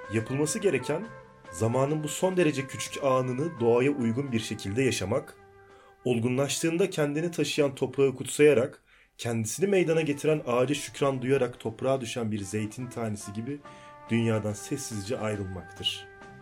Yapılması gereken zamanın bu son derece küçük anını doğaya uygun bir şekilde yaşamak, olgunlaştığında kendini taşıyan toprağı kutsayarak, kendisini meydana getiren ağaca şükran duyarak toprağa düşen bir zeytin tanesi gibi dünyadan sessizce ayrılmaktır.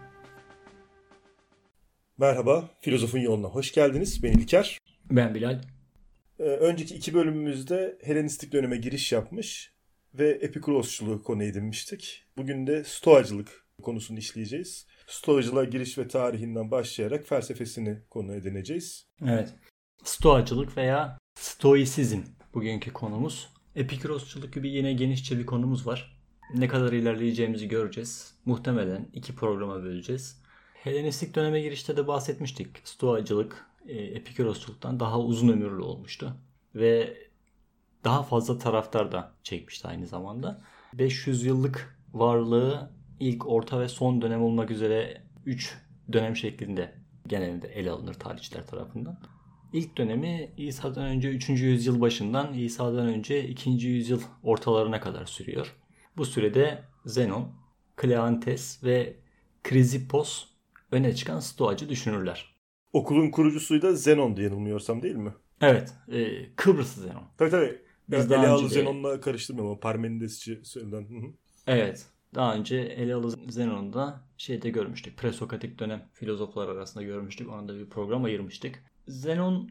Merhaba, Filozofun Yoluna hoş geldiniz. Ben İlker. Ben Bilal. Önceki iki bölümümüzde Helenistik döneme giriş yapmış ve Epikurosçuluğu konu edinmiştik. Bugün de Stoacılık konusunu işleyeceğiz. Stoacılığa giriş ve tarihinden başlayarak felsefesini konu edineceğiz. Evet. Stoacılık veya Stoisizm bugünkü konumuz. Epikurosçuluk gibi yine genişçe bir konumuz var. Ne kadar ilerleyeceğimizi göreceğiz. Muhtemelen 2 programa böleceğiz. Helenistik döneme girişte de bahsetmiştik. Stoacılık Epikurosçuluktan daha uzun ömürlü olmuştu. Ve daha fazla taraftar da çekmişti aynı zamanda. 500 yıllık varlığı ilk, orta ve son dönem olmak üzere 3 dönem şeklinde genelinde ele alınır tarihçiler tarafından. İlk dönemi İsa'dan önce 3. yüzyıl başından İsa'dan önce 2. yüzyıl ortalarına kadar sürüyor. Bu sürede Zenon, Kleantes ve Krizippos öne çıkan stoacı düşünürler. Okulun kurucusu da Zenon'du yanılmıyorsam, değil mi? Evet, Kıbrıslı Zenon. Tabii. Biz Elealı Zenon'la karıştırmıyorum ama Parmenidesçi söylenen. Evet. Daha önce Elealı Zenon'u da görmüştük. Presokratik dönem filozoflar arasında görmüştük. Ona da bir program ayırmıştık. Zenon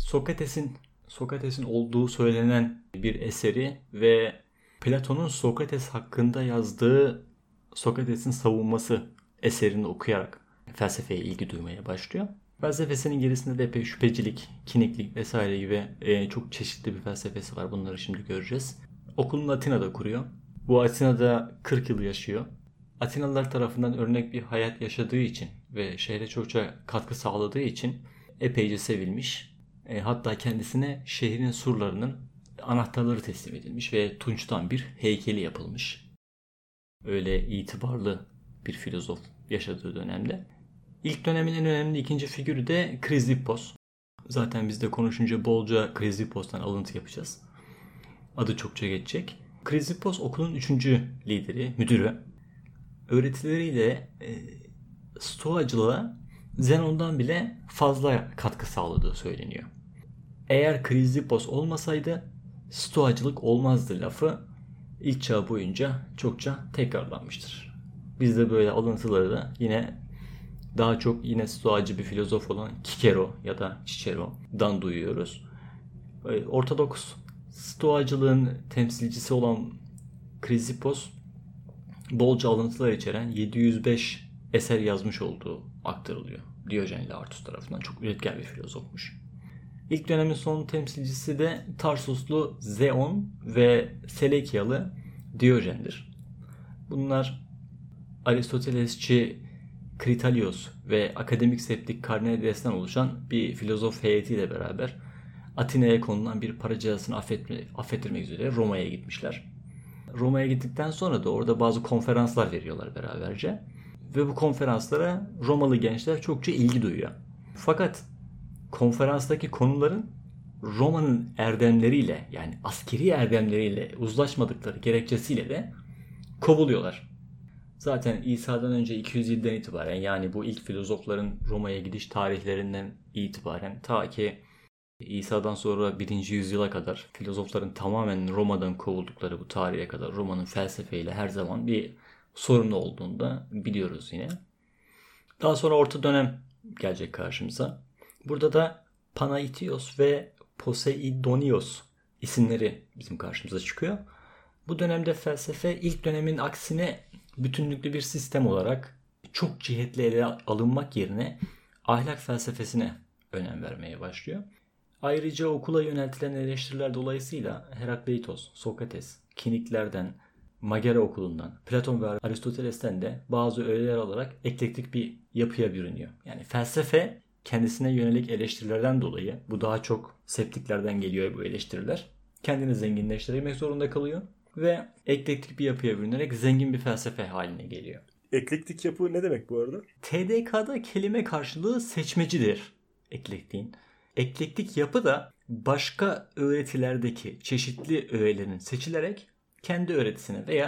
Sokrates'in olduğu söylenen bir eseri ve Platon'un Sokrates hakkında yazdığı Sokrates'in savunması eserini okuyarak felsefeye ilgi duymaya başlıyor. Felsefesinin gerisinde de epey şüphecilik, kiniklik vesaire gibi çok çeşitli bir felsefesi var. Bunları şimdi göreceğiz. Okulunu Atina'da kuruyor. Bu Atina'da 40 yıl yaşıyor. Atinalılar tarafından örnek bir hayat yaşadığı için ve şehre çokça katkı sağladığı için epeyce sevilmiş. Hatta kendisine şehrin surlarının anahtarları teslim edilmiş ve tunçtan bir heykeli yapılmış. Öyle itibarlı bir filozof yaşadığı dönemde. İlk dönemin en önemli ikinci figürü de Krizippos. Zaten biz de konuşunca bolca Krizippos'tan alıntı yapacağız. Adı çokça geçecek. Krizippos okulun 3. lideri, müdürü. Öğretileriyle Stoacılığa Zenon'dan bile fazla katkı sağladığı söyleniyor. Eğer Krizippos olmasaydı Stoacılık olmazdı lafı ilk çağ boyunca çokça tekrarlanmıştır. Biz de böyle alıntıları da daha çok Stoacı bir filozof olan Kikero ya da Cicero'dan duyuyoruz. Ortodoks Stoacılığın temsilcisi olan Krizippos bolca alıntılar içeren 705 eser yazmış olduğu aktarılıyor. Diyojen Laertius tarafından çok üretken bir filozofmuş. İlk dönemin son temsilcisi de Tarsuslu Zeon ve Seleukiyalı Diyojen'dir. Bunlar Aristotelesçi Kritalios ve akademik septik Karnedes'ten oluşan bir filozof heyetiyle beraber Atina'ya konulan bir para cezasını affettirmek üzere Roma'ya gitmişler. Roma'ya gittikten sonra da orada bazı konferanslar veriyorlar beraberce. Ve bu konferanslara Romalı gençler çokça ilgi duyuyor. Fakat konferanstaki konuların Roma'nın erdemleriyle, yani askeri erdemleriyle uzlaşmadıkları gerekçesiyle de kovuluyorlar. Zaten İsa'dan önce 207'den itibaren, yani bu ilk filozofların Roma'ya gidiş tarihlerinden itibaren ta ki İsa'dan sonra 1. yüzyıla kadar filozofların tamamen Roma'dan kovuldukları bu tarihe kadar Roma'nın felsefeyle her zaman bir sorunu olduğunu da biliyoruz yine. Daha sonra orta dönem gelecek karşımıza. Burada da Panaitios ve Poseidonios isimleri bizim karşımıza çıkıyor. Bu dönemde felsefe ilk dönemin aksine bütünlüklü bir sistem olarak çok cihetli ele alınmak yerine ahlak felsefesine önem vermeye başlıyor. Ayrıca okula yöneltilen eleştiriler dolayısıyla Herakleitos, Sokrates, Kiniklerden, Magera okulundan, Platon ve Aristoteles'ten de bazı öğeler alarak eklektik bir yapıya bürünüyor. Yani felsefe kendisine yönelik eleştirilerden dolayı, bu daha çok septiklerden geliyor bu eleştiriler, kendini zenginleştirmek zorunda kalıyor ve eklektik bir yapıya bürünerek zengin bir felsefe haline geliyor. Eklektik yapı ne demek bu arada? TDK'da kelime karşılığı seçmecidir eklektiğin. Eklektik yapı da başka öğretilerdeki çeşitli öğelerin seçilerek kendi öğretisine veya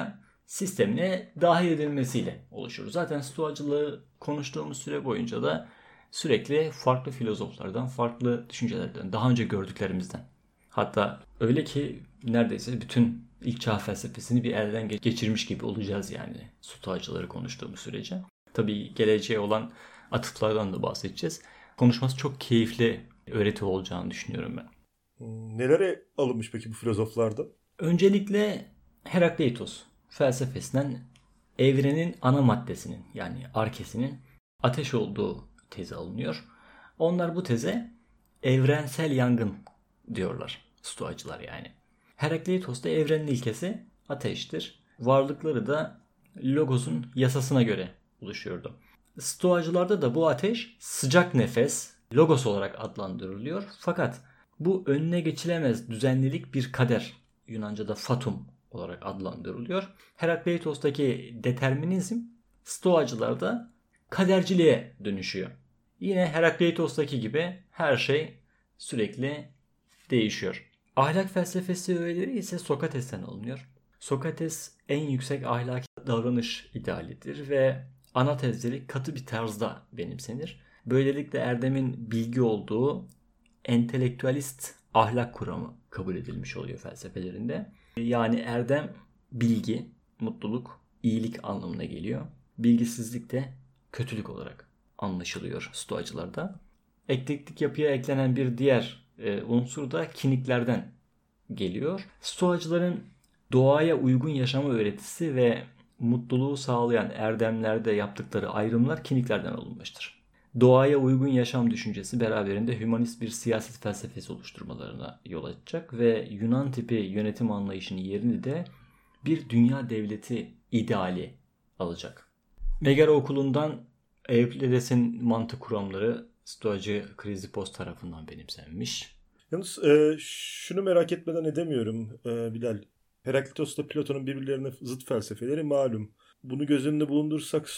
sistemine dahil edilmesiyle oluşur. Zaten Stoacılığı konuştuğumuz süre boyunca da sürekli farklı filozoflardan, farklı düşüncelerden, daha önce gördüklerimizden. Hatta öyle ki neredeyse bütün ilk çağ felsefesini bir elden geçirmiş gibi olacağız yani Stoacıları konuştuğumuz sürece. Tabii geleceğe olan atıflardan da bahsedeceğiz. Konuşması çok keyifli öğreti olacağını düşünüyorum ben. Nelere alınmış peki bu filozoflarda? Öncelikle Herakleitos felsefesinden evrenin ana maddesinin yani arkesinin ateş olduğu tezi alınıyor. Onlar bu teze evrensel yangın diyorlar Stoacılar yani. Herakleitos'ta evrenin ilkesi ateştir. Varlıkları da Logos'un yasasına göre oluşuyordu. Stoacılarda da bu ateş sıcak nefes, Logos olarak adlandırılıyor. Fakat bu önüne geçilemez düzenlilik bir kader, Yunanca'da fatum olarak adlandırılıyor. Herakleitos'taki determinizm Stoacılarda kaderciliğe dönüşüyor. Yine Herakleitos'taki gibi her şey sürekli değişiyor. Ahlak felsefesi öğeleri ise Sokrates'ten alınıyor. Sokrates en yüksek ahlaki davranış idealidir ve ana tezleri katı bir tarzda benimsenir. Böylelikle erdemin bilgi olduğu entelektüelist ahlak kuramı kabul edilmiş oluyor felsefelerinde. Yani erdem bilgi, mutluluk, iyilik anlamına geliyor. Bilgisizlik de kötülük olarak anlaşılıyor Stoacılarda. Eklektik yapıya eklenen bir diğer unsur da kiniklerden geliyor. Stoacıların doğaya uygun yaşama öğretisi ve mutluluğu sağlayan erdemlerde yaptıkları ayrımlar kiniklerden alınmıştır. Doğaya uygun yaşam düşüncesi beraberinde hümanist bir siyaset felsefesi oluşturmalarına yol açacak ve Yunan tipi yönetim anlayışının yerini de bir dünya devleti ideali alacak. Megara okulundan Evklides'in mantık kuramları Stoacı Chrysippos tarafından benimsenmiş. Yalnız şunu merak etmeden edemiyorum Bilal. Herakleitos'la Platon'un birbirlerine zıt felsefeleri malum. Bunu göz önünde bulundursak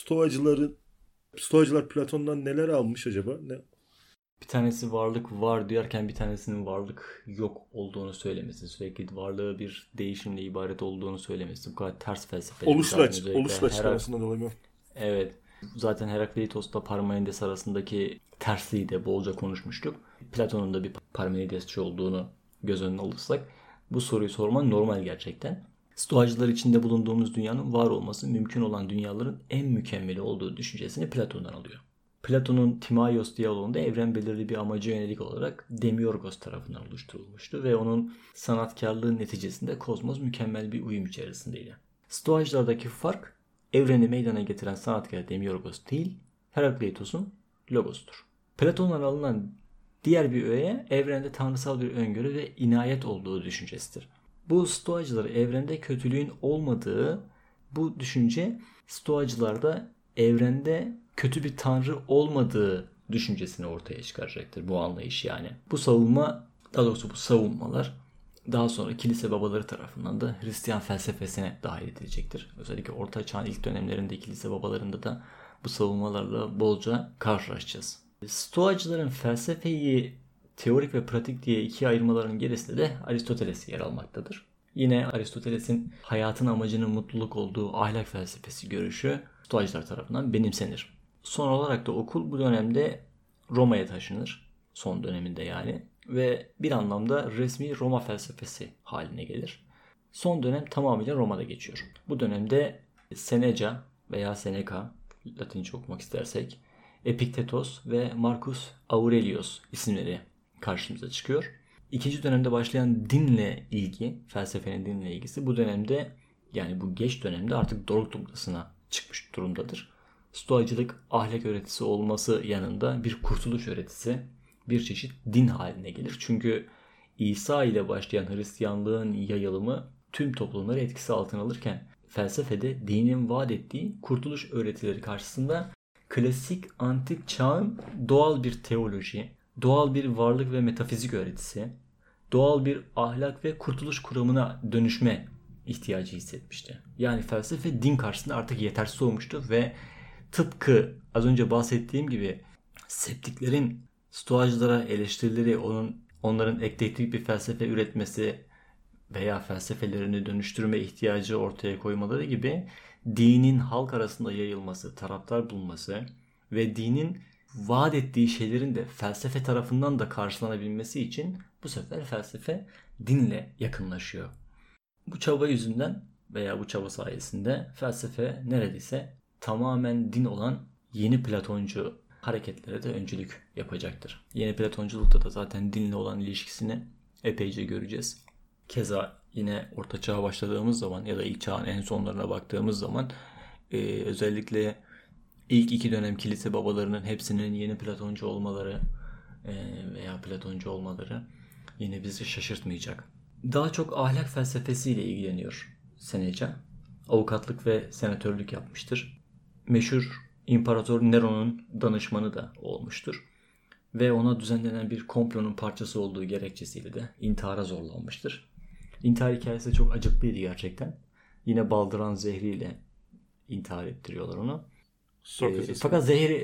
Stoacılar Platon'dan neler almış acaba? Bir tanesi varlık var diyorken bir tanesinin varlık yok olduğunu söylemesi, sürekli varlığı bir değişimle ibaret olduğunu söylemesi, bu kadar ters felsefe. Oluşla açıklamasından dolayı mı? Evet. Zaten Herakleitos'la Parmenides arasındaki tersliği de bolca konuşmuştuk. Platon'un da bir Parmenidesçi olduğunu göz önüne alırsak bu soruyu sorman normal gerçekten. Stoacılar içinde bulunduğumuz dünyanın var olması mümkün olan dünyaların en mükemmeli olduğu düşüncesini Platon'dan alıyor. Platon'un Timaios diyaloğunda evren belirli bir amaca yönelik olarak Demiurgos tarafından oluşturulmuştu ve onun sanatkarlığın neticesinde kozmos mükemmel bir uyum içerisindeydi. Stoacılardaki fark evreni meydana getiren sanatkar Demiurgos değil, Herakleitos'un Logos'tur. Platon'dan alınan diğer bir öğe evrende tanrısal bir öngörü ve inayet olduğu düşüncesidir. Bu Stoacıları evrende kötülüğün olmadığı bu düşünce Stoacılarda evrende kötü bir tanrı olmadığı düşüncesini ortaya çıkaracaktır bu anlayış yani. Bu savunmalar daha sonra kilise babaları tarafından da Hristiyan felsefesine dahil edilecektir. Özellikle Orta Çağ'ın ilk dönemlerinde kilise babalarında da bu savunmalarla bolca karşılaşacağız. Stoacıların felsefeyi teorik ve pratik diye ikiye ayırmalarının gerisinde de Aristoteles yer almaktadır. Yine Aristoteles'in hayatın amacının mutluluk olduğu ahlak felsefesi görüşü Stoacılar tarafından benimsenir. Son olarak da okul bu dönemde Roma'ya taşınır. Son döneminde yani. Ve bir anlamda resmi Roma felsefesi haline gelir. Son dönem tamamıyla Roma'da geçiyor. Bu dönemde Seneca veya Seneca, Latince okumak istersek, Epiktetos ve Marcus Aurelius isimleri karşımıza çıkıyor. İkinci dönemde başlayan dinle ilgi, felsefenin dinle ilgisi bu dönemde yani bu geç dönemde artık doruk noktasına çıkmış durumdadır. Stoacılık ahlak öğretisi olması yanında bir kurtuluş öğretisi, bir çeşit din haline gelir. Çünkü İsa ile başlayan Hristiyanlığın yayılımı tüm toplumları etkisi altına alırken felsefede dinin vaat ettiği kurtuluş öğretileri karşısında klasik antik çağın doğal bir teoloji, doğal bir varlık ve metafizik öğretisi, doğal bir ahlak ve kurtuluş kuramına dönüşme ihtiyacı hissetmişti. Yani felsefe din karşısında artık yetersiz olmuştu ve tıpkı az önce bahsettiğim gibi septiklerin Stoacılara eleştirileri, onların eklektik bir felsefe üretmesi veya felsefelerini dönüştürme ihtiyacı ortaya koymaları gibi dinin halk arasında yayılması, taraftar bulması ve dinin vaat ettiği şeylerin de felsefe tarafından da karşılanabilmesi için bu sefer felsefe dinle yakınlaşıyor. Bu çaba yüzünden veya bu çaba sayesinde felsefe neredeyse tamamen din olan yeni Platoncu hareketlere de öncülük yapacaktır. Yeni Platonculukta da zaten dinle olan ilişkisini epeyce göreceğiz. Keza yine Orta Çağ'a başladığımız zaman ya da ilk çağın en sonlarına baktığımız zaman özellikle ilk iki dönem kilise babalarının hepsinin yeni Platoncu olmaları veya Platoncu olmaları yine bizi şaşırtmayacak. Daha çok ahlak felsefesiyle ilgileniyor Seneca. Avukatlık ve senatörlük yapmıştır. Meşhur İmparator Nero'nun danışmanı da olmuştur. Ve ona düzenlenen bir komplonun parçası olduğu gerekçesiyle de intihara zorlanmıştır. İntihar hikayesi çok acıklıydı gerçekten. Yine baldıran zehriyle intihar ettiriyorlar onu. Fakat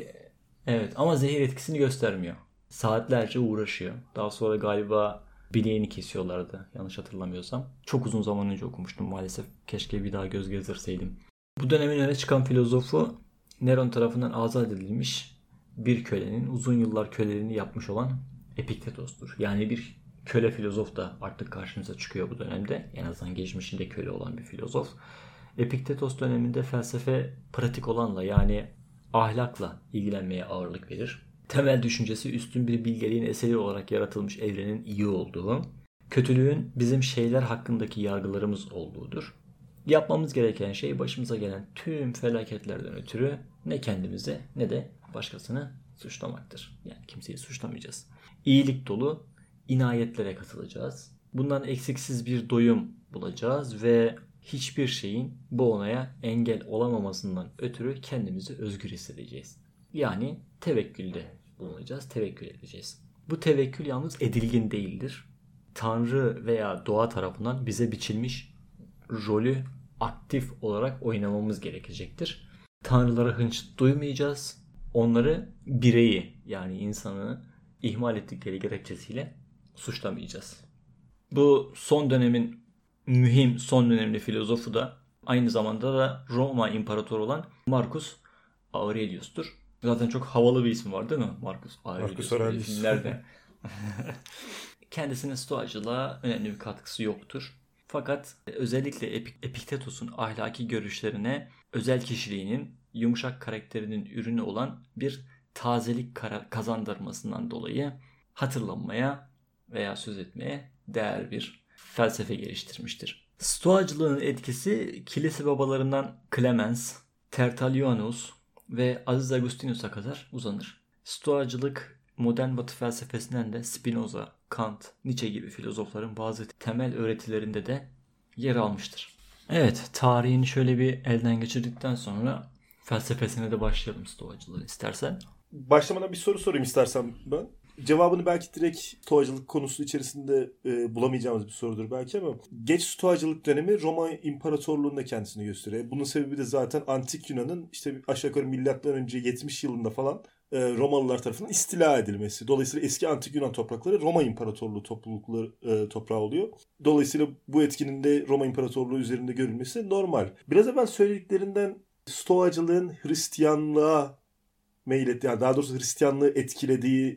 ama zehir etkisini göstermiyor. Saatlerce uğraşıyor. Daha sonra galiba bileğini kesiyorlardı yanlış hatırlamıyorsam. Çok uzun zaman önce okumuştum maalesef. Keşke bir daha göz gezdirseydim. Bu dönemin öne çıkan filozofu Neron tarafından azat edilmiş bir kölenin uzun yıllar köleliğini yapmış olan Epiktetos'tur. Yani bir köle filozof da artık karşımıza çıkıyor bu dönemde. En azından geçmişinde köle olan bir filozof. Epiktetos döneminde felsefe pratik olanla yani ahlakla ilgilenmeye ağırlık verir. Temel düşüncesi üstün bir bilgeliğin eseri olarak yaratılmış evrenin iyi olduğu, kötülüğün bizim şeyler hakkındaki yargılarımız olduğudur. Yapmamız gereken şey başımıza gelen tüm felaketlerden ötürü ne kendimizi ne de başkasını suçlamaktır. Yani kimseyi suçlamayacağız. İyilik dolu inayetlere katılacağız. Bundan eksiksiz bir doyum bulacağız ve hiçbir şeyin bu onaya engel olamamasından ötürü kendimizi özgür hissedeceğiz. Yani tevekkülde bulunacağız, tevekkül edeceğiz. Bu tevekkül yalnız edilgin değildir. Tanrı veya doğa tarafından bize biçilmiş rolü aktif olarak oynamamız gerekecektir. Tanrılara hınç duymayacağız. Onları bireyi yani insanı ihmal ettikleri gerekçesiyle suçlamayacağız. Bu son dönemli filozofu da aynı zamanda da Roma İmparatoru olan Marcus Aurelius'tur. Zaten çok havalı bir ismi var değil mi? Marcus Aurelius. Nerede? Kendisinin stoacılığa önemli bir katkısı yoktur. Fakat özellikle Epiktetos'un ahlaki görüşlerine özel kişiliğinin yumuşak karakterinin ürünü olan bir tazelik kazandırmasından dolayı hatırlanmaya veya söz etmeye değer bir felsefe geliştirmiştir. Stoacılığın etkisi kilise babalarından Clemens, Tertullianus ve Aziz Agustinus'a kadar uzanır. Stoacılık modern Batı felsefesinden de Spinoza, Kant, Nietzsche gibi filozofların bazı temel öğretilerinde de yer almıştır. Evet, tarihini şöyle bir elden geçirdikten sonra felsefesine de başlayalım Stoacılığın istersen. Başlamadan bir soru sorayım istersen ben. Cevabını belki direkt Stoacılık konusu içerisinde bulamayacağımız bir sorudur belki ama geç Stoacılık dönemi Roma İmparatorluğu'nda kendisini gösteriyor. Bunun sebebi de zaten Antik Yunan'ın işte aşağı yukarı milattan önce 70 yılında falan Romalılar tarafından istila edilmesi. Dolayısıyla eski Antik Yunan toprakları Roma İmparatorluğu toprağı oluyor. Dolayısıyla bu etkinin de Roma İmparatorluğu üzerinde görülmesi normal. Biraz evvel söylediklerinden Stoacılığın Hristiyanlığa meylettiği, yani daha doğrusu Hristiyanlığı etkilediği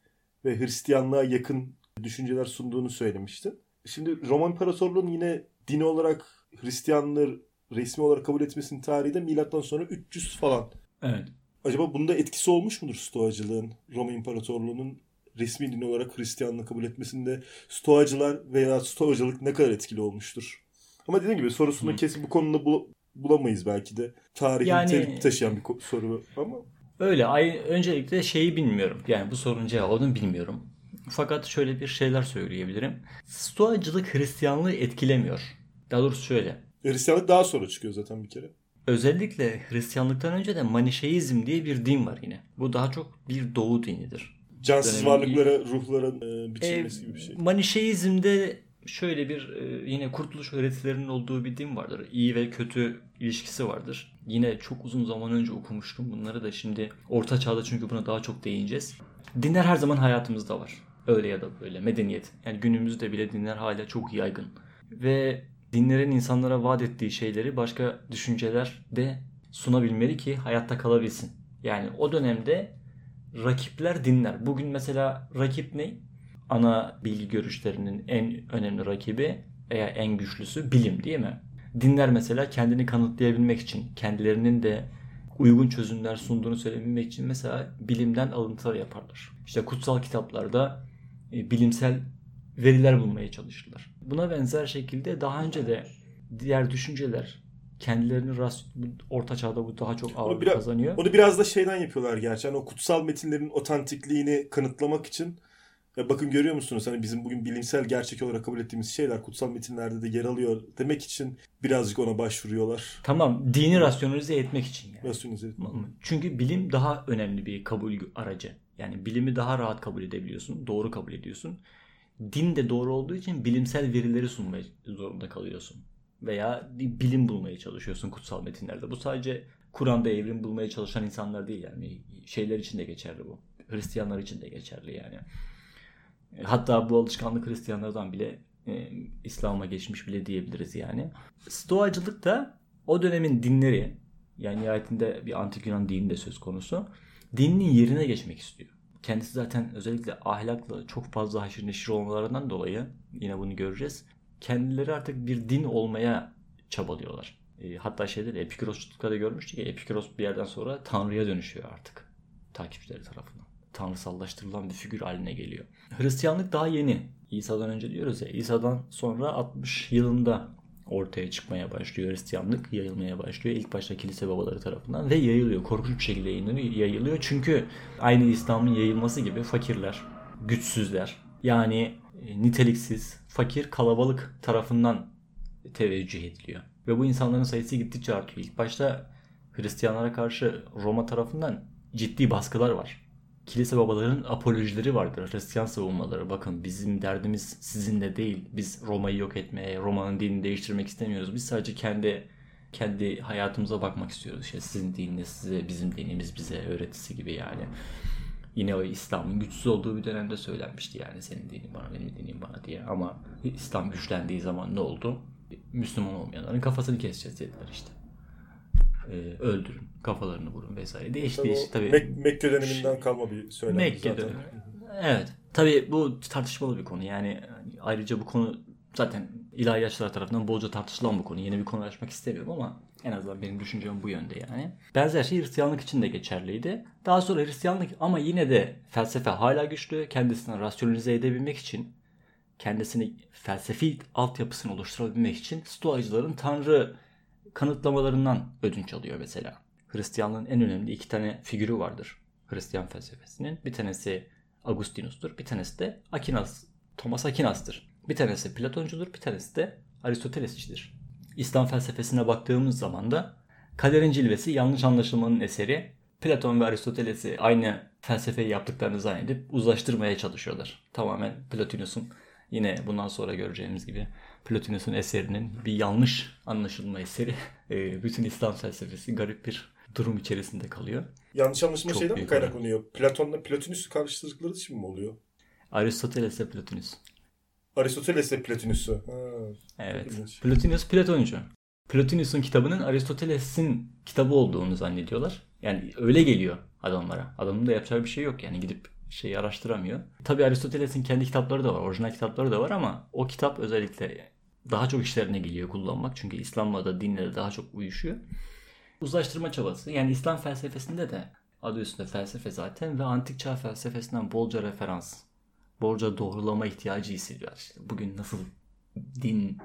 ve Hristiyanlığa yakın düşünceler sunduğunu söylemiştin. Şimdi Roma İmparatorluğu'nun yine dini olarak Hristiyanlığı resmi olarak kabul etmesinin tarihi de milattan sonra 300 falan. Evet. Acaba bunda etkisi olmuş mudur Stoacılığın, Roma İmparatorluğu'nun resmi din olarak Hristiyanlığı kabul etmesinde Stoacılar veya Stoacılık ne kadar etkili olmuştur? Ama dediğim gibi sorusunda kesin bu konuda bulamayız belki de. Tarihin tehlike taşıyan bir soru ama. Öyle. Öncelikle şeyi bilmiyorum. Yani bu sorunun cevabını bilmiyorum. Fakat şöyle bir şeyler söyleyebilirim. Stoacılık Hristiyanlığı etkilemiyor. Daha doğrusu şöyle. Hristiyanlık daha sonra çıkıyor zaten bir kere. Özellikle Hristiyanlıktan önce de Manişeizm diye bir din var yine. Bu daha çok bir doğu dinidir. Cansız varlıklara, ruhlara biçilmesi gibi bir şey. Manişeizm'de şöyle bir yine kurtuluş öğretilerinin olduğu bir din vardır. İyi ve kötü ilişkisi vardır. Yine çok uzun zaman önce okumuştum bunları da şimdi Orta Çağ'da çünkü buna daha çok değineceğiz. Dinler her zaman hayatımızda var. Öyle ya da böyle medeniyet. Yani günümüzde bile dinler hala çok yaygın. Ve dinlerin insanlara vaat ettiği şeyleri başka düşünceler de sunabilmeli ki hayatta kalabilsin. Yani o dönemde rakipler dinler. Bugün mesela rakip ne? Ana bilgi görüşlerinin en önemli rakibi veya en güçlüsü bilim, değil mi? Dinler mesela kendini kanıtlayabilmek için, kendilerinin de uygun çözümler sunduğunu söyleyebilmek için mesela bilimden alıntılar yaparlar. İşte kutsal kitaplarda bilimsel veriler bulmaya çalışırlar. Buna benzer şekilde daha önce de diğer düşünceler kendilerini orta çağda bu daha çok ağırlık kazanıyor. Onu biraz da şeyden yapıyorlar gerçi. Yani o kutsal metinlerin otantikliğini kanıtlamak için. Bakın görüyor musunuz? Hani bizim bugün bilimsel gerçek olarak kabul ettiğimiz şeyler kutsal metinlerde de yer alıyor demek için birazcık ona başvuruyorlar. Tamam, dini rasyonalize etmek için yani. Rasyonalize etmek. Çünkü bilim daha önemli bir kabul aracı. Yani bilimi daha rahat kabul edebiliyorsun, doğru kabul ediyorsun. Din de doğru olduğu için bilimsel verileri sunmaya zorunda kalıyorsun. Veya bilim bulmaya çalışıyorsun kutsal metinlerde. Bu sadece Kur'an'da evrim bulmaya çalışan insanlar değil yani. Şeyler için de geçerli bu. Hristiyanlar için de geçerli yani. Hatta bu alışkanlık Hristiyanlardan bile İslam'a geçmiş bile diyebiliriz yani. Stoacılık da o dönemin dinleri, yani nihayetinde bir antik Yunan dini de söz konusu. Dinin yerine geçmek istiyor. Kendisi zaten özellikle ahlakla çok fazla haşır neşir olmalarından dolayı yine bunu göreceğiz. Kendileri artık bir din olmaya çabalıyorlar. Hatta şeyde de Epikurosçulukta da görmüştük ya, Epikuros bir yerden sonra Tanrı'ya dönüşüyor artık takipçileri tarafından. Tanrısallaştırılan bir figür haline geliyor. Hristiyanlık daha yeni. İsa'dan önce diyoruz ya. İsa'dan sonra 60 yılında ortaya çıkmaya başlıyor Hristiyanlık. Yayılmaya başlıyor. İlk başta kilise babaları tarafından ve yayılıyor. Korkunç bir şekilde yayılıyor. Çünkü aynı İslam'ın yayılması gibi fakirler, güçsüzler, yani niteliksiz, fakir, kalabalık tarafından teveccüh ediliyor. Ve bu insanların sayısı gittikçe artıyor. İlk başta Hristiyanlara karşı Roma tarafından ciddi baskılar var. Kilise babalarının apolojileri vardır. Hristiyan savunmaları. Bakın bizim derdimiz sizinle değil. Biz Roma'yı yok etmeye, Roma'nın dinini değiştirmek istemiyoruz. Biz sadece kendi hayatımıza bakmak istiyoruz. İşte sizin dininiz size, bizim dinimiz bize öğretisi gibi yani. Yine o İslam'ın güçsüz olduğu bir dönemde söylenmişti yani senin dinin bana, benim dinim bana diye. Ama İslam güçlendiği zaman ne oldu? Müslüman olmayanların kafasını keseceğiz dediler işte. Öldürün, kafalarını vurun vesaire. Değişti tabii. Mekke döneminden kalma bir söylem Mekke zaten. dönemi. Evet. Tabii bu tartışmalı bir konu. Yani ayrıca bu konu zaten ilahiyatçılar tarafından bolca tartışılan bu konu. Yeni bir konu açmak istemiyorum ama en azından benim düşüncem bu yönde yani. Benzer şey Hristiyanlık için de geçerliydi. Daha sonra Hristiyanlık ama yine de felsefe hala güçlü. Kendisini rasyonalize edebilmek için, kendisini felsefi altyapısını oluşturabilmek için Stoacıların Tanrı kanıtlamalarından ödünç alıyor mesela. Hristiyanlığın en önemli iki tane figürü vardır Hristiyan felsefesinin. Bir tanesi Agustinus'tur, bir tanesi de Thomas Aquinas'tır. Bir tanesi Platoncudur, bir tanesi de Aristotelesçidir. İslam felsefesine baktığımız zaman da kaderin cilvesi yanlış anlaşılmanın eseri. Platon ve Aristoteles'i aynı felsefeyi yaptıklarını zannedip uzlaştırmaya çalışıyorlar. Tamamen Plotinus'un, yine bundan sonra göreceğimiz gibi Plotinus'un eserinin bir yanlış anlaşılma eseri. Bütün İslam felsefesi garip bir durum içerisinde kalıyor. Yanlış anlaşılma Çok şeyden mi kaynaklanıyor? Platon'la Plotinus'u karıştırdıkları için mi oluyor? Aristoteles'le Plotinus. Aristoteles'le Plotinus'u. Evet. Plotinus Platoncu. Plotinus'un kitabının Aristoteles'in kitabı olduğunu zannediyorlar. Yani öyle geliyor adamlara. Adamın da yapacağı bir şey yok yani, gidip şeyi araştıramıyor. Tabii Aristoteles'in kendi kitapları da var, orijinal kitapları da var ama o kitap özellikle daha çok işlerine geliyor kullanmak. Çünkü İslam'la da dinle de daha çok uyuşuyor. Uzlaştırma çabası. Yani İslam felsefesinde de adı üstünde felsefe zaten ve antik çağ felsefesinden bolca referans, bolca doğrulama ihtiyacı hissediyorlar. İşte bugün nasıl din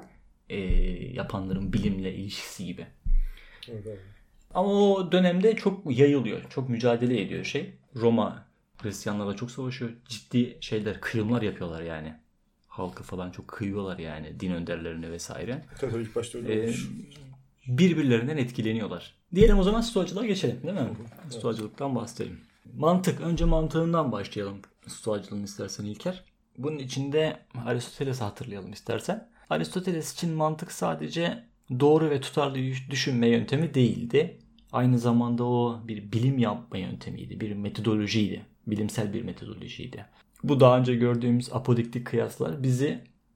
yapanların bilimle ilişkisi gibi. Evet. Ama o dönemde çok yayılıyor, çok mücadele ediyor şey. Roma Hristiyanlarla çok savaşıyor. Ciddi şeyler, kıyımlar yapıyorlar yani. Halkı falan çok kıyıyorlar yani, din önderlerini vesaire. Tabii ilk başta öyle olmuş. Birbirlerinden etkileniyorlar. Diyelim o zaman Stoacılığa geçelim değil mi? Evet. Stoacılıktan bahsedelim. Mantık. Önce mantığından başlayalım Stoacılığın istersen İlker. Bunun içinde Aristoteles'i hatırlayalım istersen. Aristoteles için mantık sadece doğru ve tutarlı düşünme yöntemi değildi. Aynı zamanda o bir bilim yapma yöntemiydi. Bir metodolojiydi. Bilimsel bir metodolojiydi. Bu daha önce gördüğümüz apodiktik kıyaslar bizi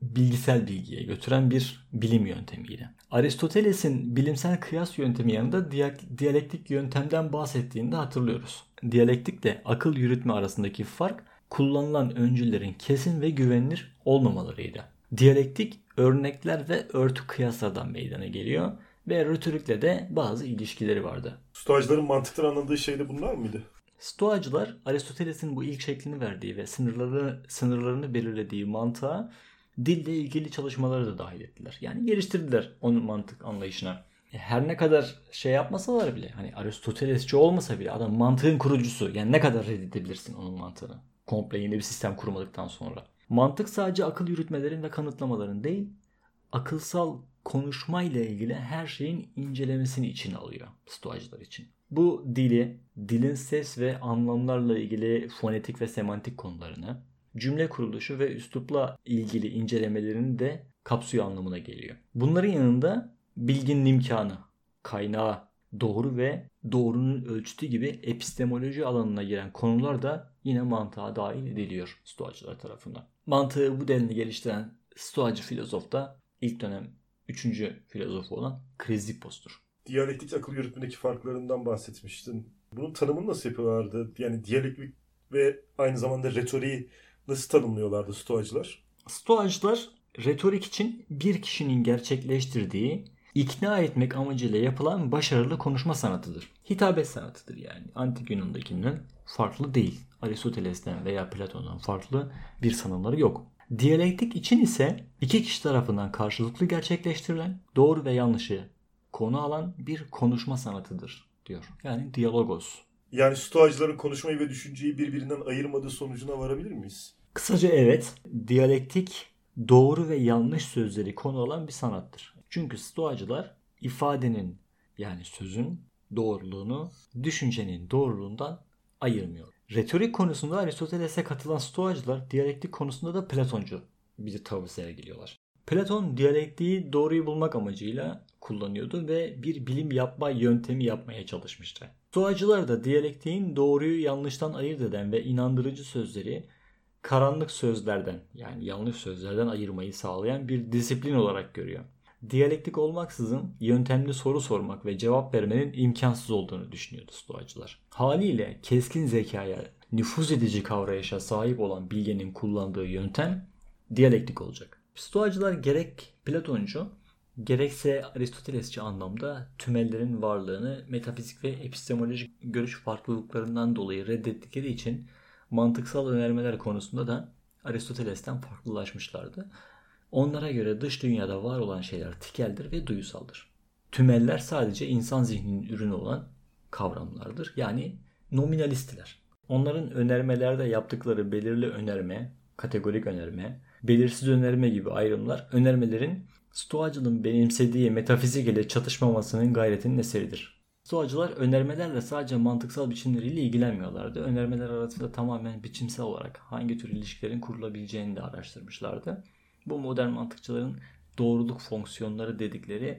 bilgisel bilgiye götüren bir bilim yöntemiydi. Aristoteles'in bilimsel kıyas yöntemi yanında diyalektik yöntemden bahsettiğini de hatırlıyoruz. Diyalektikle akıl yürütme arasındaki fark kullanılan öncüllerin kesin ve güvenilir olmamalarıydı. Diyalektik örnekler ve örtü kıyaslardan meydana geliyor ve retorikle de bazı ilişkileri vardı. Stoacıların mantıktan anladığı şey de bunlar mıydı? Stoacılar Aristoteles'in bu ilk şeklini verdiği ve sınırlarını belirlediği mantığa dille ilgili çalışmaları da dahil ettiler. Yani geliştirdiler onun mantık anlayışına. Her ne kadar şey yapmasalar bile, hani Aristotelesçi olmasa bile adam mantığın kurucusu. Yani ne kadar reddedebilirsin onun mantığını? Komple yeni bir sistem kurmadıktan sonra. Mantık sadece akıl yürütmelerin ve kanıtlamaların değil, akılsal konuşmayla ilgili her şeyin incelemesini içine alıyor Stoacılar için. Bu dilin ses ve anlamlarla ilgili fonetik ve semantik konularını, cümle kuruluşu ve üslupla ilgili incelemelerini de kapsıyor anlamına geliyor. Bunların yanında bilginin imkanı, kaynağı, doğru ve doğrunun ölçütü gibi epistemoloji alanına giren konular da yine mantığa dahil ediliyor Stoacılar tarafından. Mantığı bu denli geliştiren Stoacı filozof da ilk dönem 3. filozofu olan Chrysippus'tur. Diyalektik akıl yürütmedeki farklarından bahsetmiştin. Bunun tanımını nasıl yapıyorlardı? Yani diyalektik ve aynı zamanda retoriği nasıl tanımlıyorlardı Stoacılar? Stoacılar retorik için bir kişinin gerçekleştirdiği, ikna etmek amacıyla yapılan başarılı konuşma sanatıdır. Hitabet sanatıdır yani. Antik Yunan'dakinden farklı değil. Aristoteles'ten veya Platon'dan farklı bir sanımları yok. Diyalektik için ise iki kişi tarafından karşılıklı gerçekleştirilen, doğru ve yanlışı konu alan bir konuşma sanatıdır diyor. Yani diyalogos. Yani Stoacıların konuşmayı ve düşünceyi birbirinden ayırmadığı sonucuna varabilir miyiz? Kısaca evet, diyalektik doğru ve yanlış sözleri konu alan bir sanattır. Çünkü Stoacılar ifadenin yani sözün doğruluğunu düşüncenin doğruluğundan ayırmıyor. Retorik konusunda Aristoteles'e katılan Stoacılar diyalektik konusunda da Platoncu bir tavır sergiliyorlar. Platon diyalektiği doğruyu bulmak amacıyla kullanıyordu ve bir bilim yapma yöntemi yapmaya çalışmıştı. Stoacılar da diyalektiğin doğruyu yanlıştan ayırt eden ve inandırıcı sözleri karanlık sözlerden yani yanlış sözlerden ayırmayı sağlayan bir disiplin olarak görüyor. Diyalektik olmaksızın yöntemli soru sormak ve cevap vermenin imkansız olduğunu düşünüyordu Stoacılar. Haliyle keskin zekaya, nüfuz edici kavrayışa sahip olan bilgenin kullandığı yöntem diyalektik olacak. Stoacılar gerek Platoncu gerekse Aristotelesçi anlamda tümellerin varlığını metafizik ve epistemolojik görüş farklılıklarından dolayı reddettikleri için mantıksal önermeler konusunda da Aristoteles'ten farklılaşmışlardı. Onlara göre dış dünyada var olan şeyler tikeldir ve duyusaldır. Tümeller sadece insan zihninin ürünü olan kavramlardır. Yani nominalistler. Onların önermelerde yaptıkları belirli önerme, kategorik önerme, belirsiz önerme gibi ayrımlar önermelerin Stoacılığın benimsediği metafizik ile çatışmamasının gayretinin eseridir. Stoacılar önermelerle sadece mantıksal biçimleriyle ilgilenmiyorlardı. Önermeler arasında tamamen biçimsel olarak hangi tür ilişkilerin kurulabileceğini de araştırmışlardı. Bu modern mantıkçıların doğruluk fonksiyonları dedikleri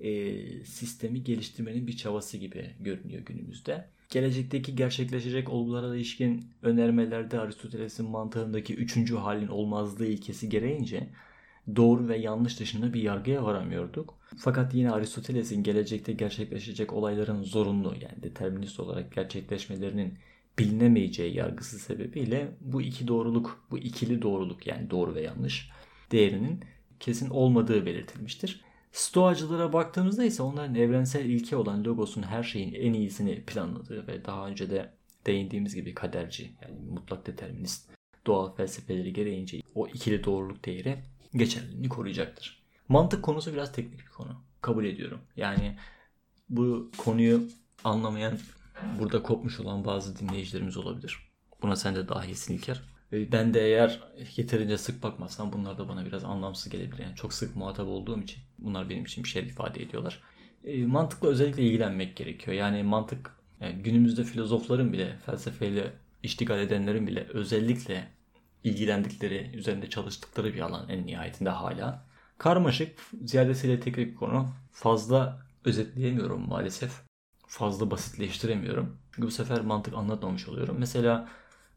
sistemi geliştirmenin bir çabası gibi görünüyor günümüzde. Gelecekteki gerçekleşecek olgulara ilişkin önermelerde Aristoteles'in mantığındaki üçüncü halin olmazlığı ilkesi gereğince doğru ve yanlış dışında bir yargıya varamıyorduk. Fakat yine Aristoteles'in gelecekte gerçekleşecek olayların zorunlu yani determinist olarak gerçekleşmelerinin bilinemeyeceği yargısı sebebiyle bu ikili doğruluk yani doğru ve yanlış değerinin kesin olmadığı belirtilmiştir. Stoacılara baktığımızda ise onların evrensel ilke olan logosun her şeyin en iyisini planladığı ve daha önce de değindiğimiz gibi kaderci yani mutlak determinist doğal felsefeleri gereğince o ikili doğruluk değeri geçerliliğini koruyacaktır. Mantık konusu biraz teknik bir konu. Kabul ediyorum. Yani bu konuyu anlamayan, burada kopmuş olan bazı dinleyicilerimiz olabilir. Buna sen de dahilsin İlker. Ben de eğer yeterince sık bakmazsam bunlar da bana biraz anlamsız gelebilir. Yani çok sık muhatap olduğum için bunlar benim için bir şey ifade ediyorlar. Mantıkla özellikle ilgilenmek gerekiyor. Yani mantık günümüzde filozofların bile felsefeyle iştigal edenlerin bile özellikle ilgilendikleri, üzerinde çalıştıkları bir alan en nihayetinde hala. Karmaşık, ziyadesiyle teknik bir konu. Fazla özetleyemiyorum maalesef. Fazla basitleştiremiyorum. Çünkü bu sefer mantık anlatmamış oluyorum. Mesela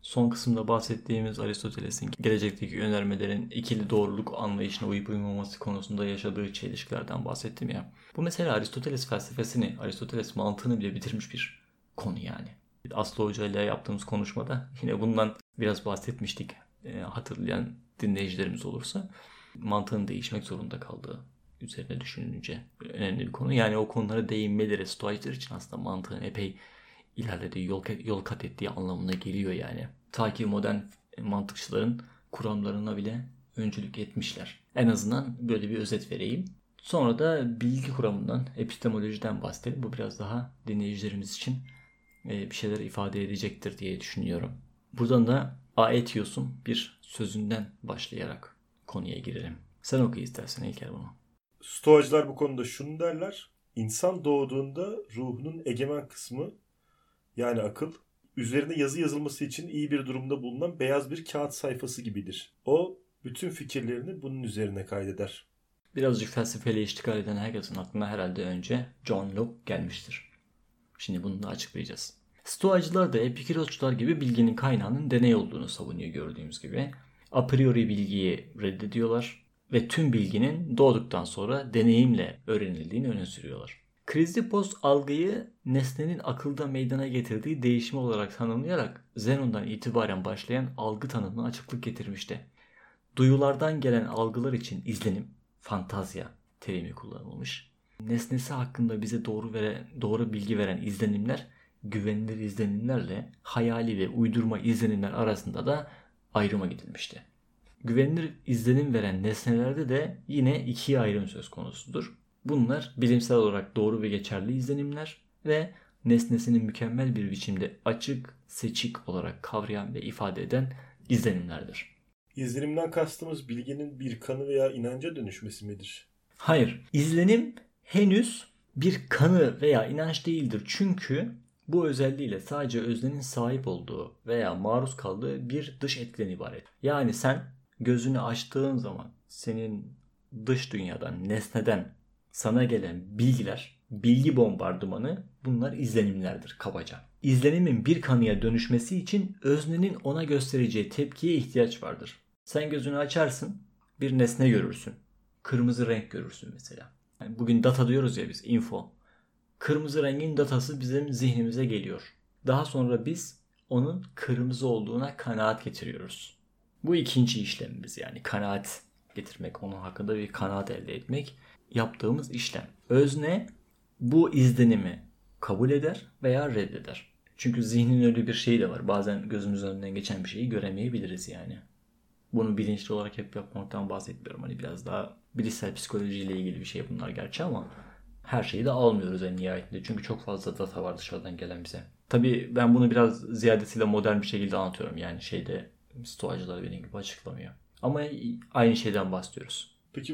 Son kısımda bahsettiğimiz Aristoteles'in gelecekteki önermelerin ikili doğruluk anlayışına uyup uymaması konusunda yaşadığı çelişkilerden bahsettim ya. Bu mesela Aristoteles felsefesini, Aristoteles mantığını bile bitirmiş bir konu yani. Aslı Hoca ile yaptığımız konuşmada yine bundan biraz bahsetmiştik. Hatırlayan dinleyicilerimiz olursa mantığın değişmek zorunda kaldığı üzerine düşününce önemli bir konu. Yani o konulara değinmeleri Stoacılar için aslında mantığın epey ilerlediği, yol kat ettiği anlamına geliyor yani. Ta ki modern mantıkçıların kuramlarına bile öncülük etmişler. En azından böyle bir özet vereyim. Sonra da bilgi kuramından, epistemolojiden bahsedelim. Bu biraz daha dinleyicilerimiz için bir şeyler ifade edecektir diye düşünüyorum. Buradan da Aetios'un bir sözünden başlayarak konuya girelim. Sen oku istersen İlker bunu. Stoacılar bu konuda şunu derler. İnsan doğduğunda ruhunun egemen kısmı, yani akıl, üzerine yazı yazılması için iyi bir durumda bulunan beyaz bir kağıt sayfası gibidir. O bütün fikirlerini bunun üzerine kaydeder. Birazcık felsefeyle iştigal eden herkesin aklına herhalde önce John Locke gelmiştir. Şimdi bunu da açıklayacağız. Stoacılar da Epikürosçular gibi bilginin kaynağının deney olduğunu savunuyor gördüğümüz gibi. A priori bilgiyi reddediyorlar ve tüm bilginin doğduktan sonra deneyimle öğrenildiğini öne sürüyorlar. Krizippos algıyı nesnenin akılda meydana getirdiği değişimi olarak tanımlayarak Zenon'dan itibaren başlayan algı tanımına açıklık getirmişti. Duyulardan gelen algılar için izlenim, fantazya terimi kullanılmış. Nesnesi hakkında bize doğru bilgi veren izlenimler, güvenilir izlenimlerle hayali ve uydurma izlenimler arasında da ayrıma gidilmişti. Güvenilir izlenim veren nesnelerde de yine ikiye ayrım söz konusudur. Bunlar bilimsel olarak doğru ve geçerli izlenimler ve nesnesini mükemmel bir biçimde açık, seçik olarak kavrayan ve ifade eden izlenimlerdir. İzlenimden kastımız bilginin bir kanı veya inanca dönüşmesi midir? Hayır, izlenim henüz bir kanı veya inanç değildir. Çünkü bu özelliğiyle sadece öznenin sahip olduğu veya maruz kaldığı bir dış etkiden ibaret. Yani sen gözünü açtığın zaman senin dış dünyadan, nesneden sana gelen bilgiler, bilgi bombardımanı, bunlar izlenimlerdir kabaca. İzlenimin bir kanıya dönüşmesi için öznenin ona göstereceği tepkiye ihtiyaç vardır. Sen gözünü açarsın, bir nesne görürsün. Kırmızı renk görürsün mesela. Yani bugün data diyoruz ya biz, info. Kırmızı rengin datası bizim zihnimize geliyor. Daha sonra biz onun kırmızı olduğuna kanaat getiriyoruz. Bu ikinci işlemimiz, yani kanaat getirmek, onun hakkında bir kanaat elde etmek yaptığımız işlem. Özne bu izlenimi kabul eder veya reddeder. Çünkü zihnin öyle bir şeyi de var. Bazen gözümüzün önünden geçen bir şeyi göremeyebiliriz yani. Bunu bilinçli olarak hep yapmaktan bahsetmiyorum. Hani biraz daha bilişsel psikolojiyle ilgili bir şey bunlar gerçi ama her şeyi de almıyoruz en nihayetinde. Çünkü çok fazla data var dışarıdan gelen bize. Tabii ben bunu biraz ziyadesiyle modern bir şekilde anlatıyorum. Yani Stoacılar benim gibi açıklamıyor. Ama aynı şeyden bahsediyoruz.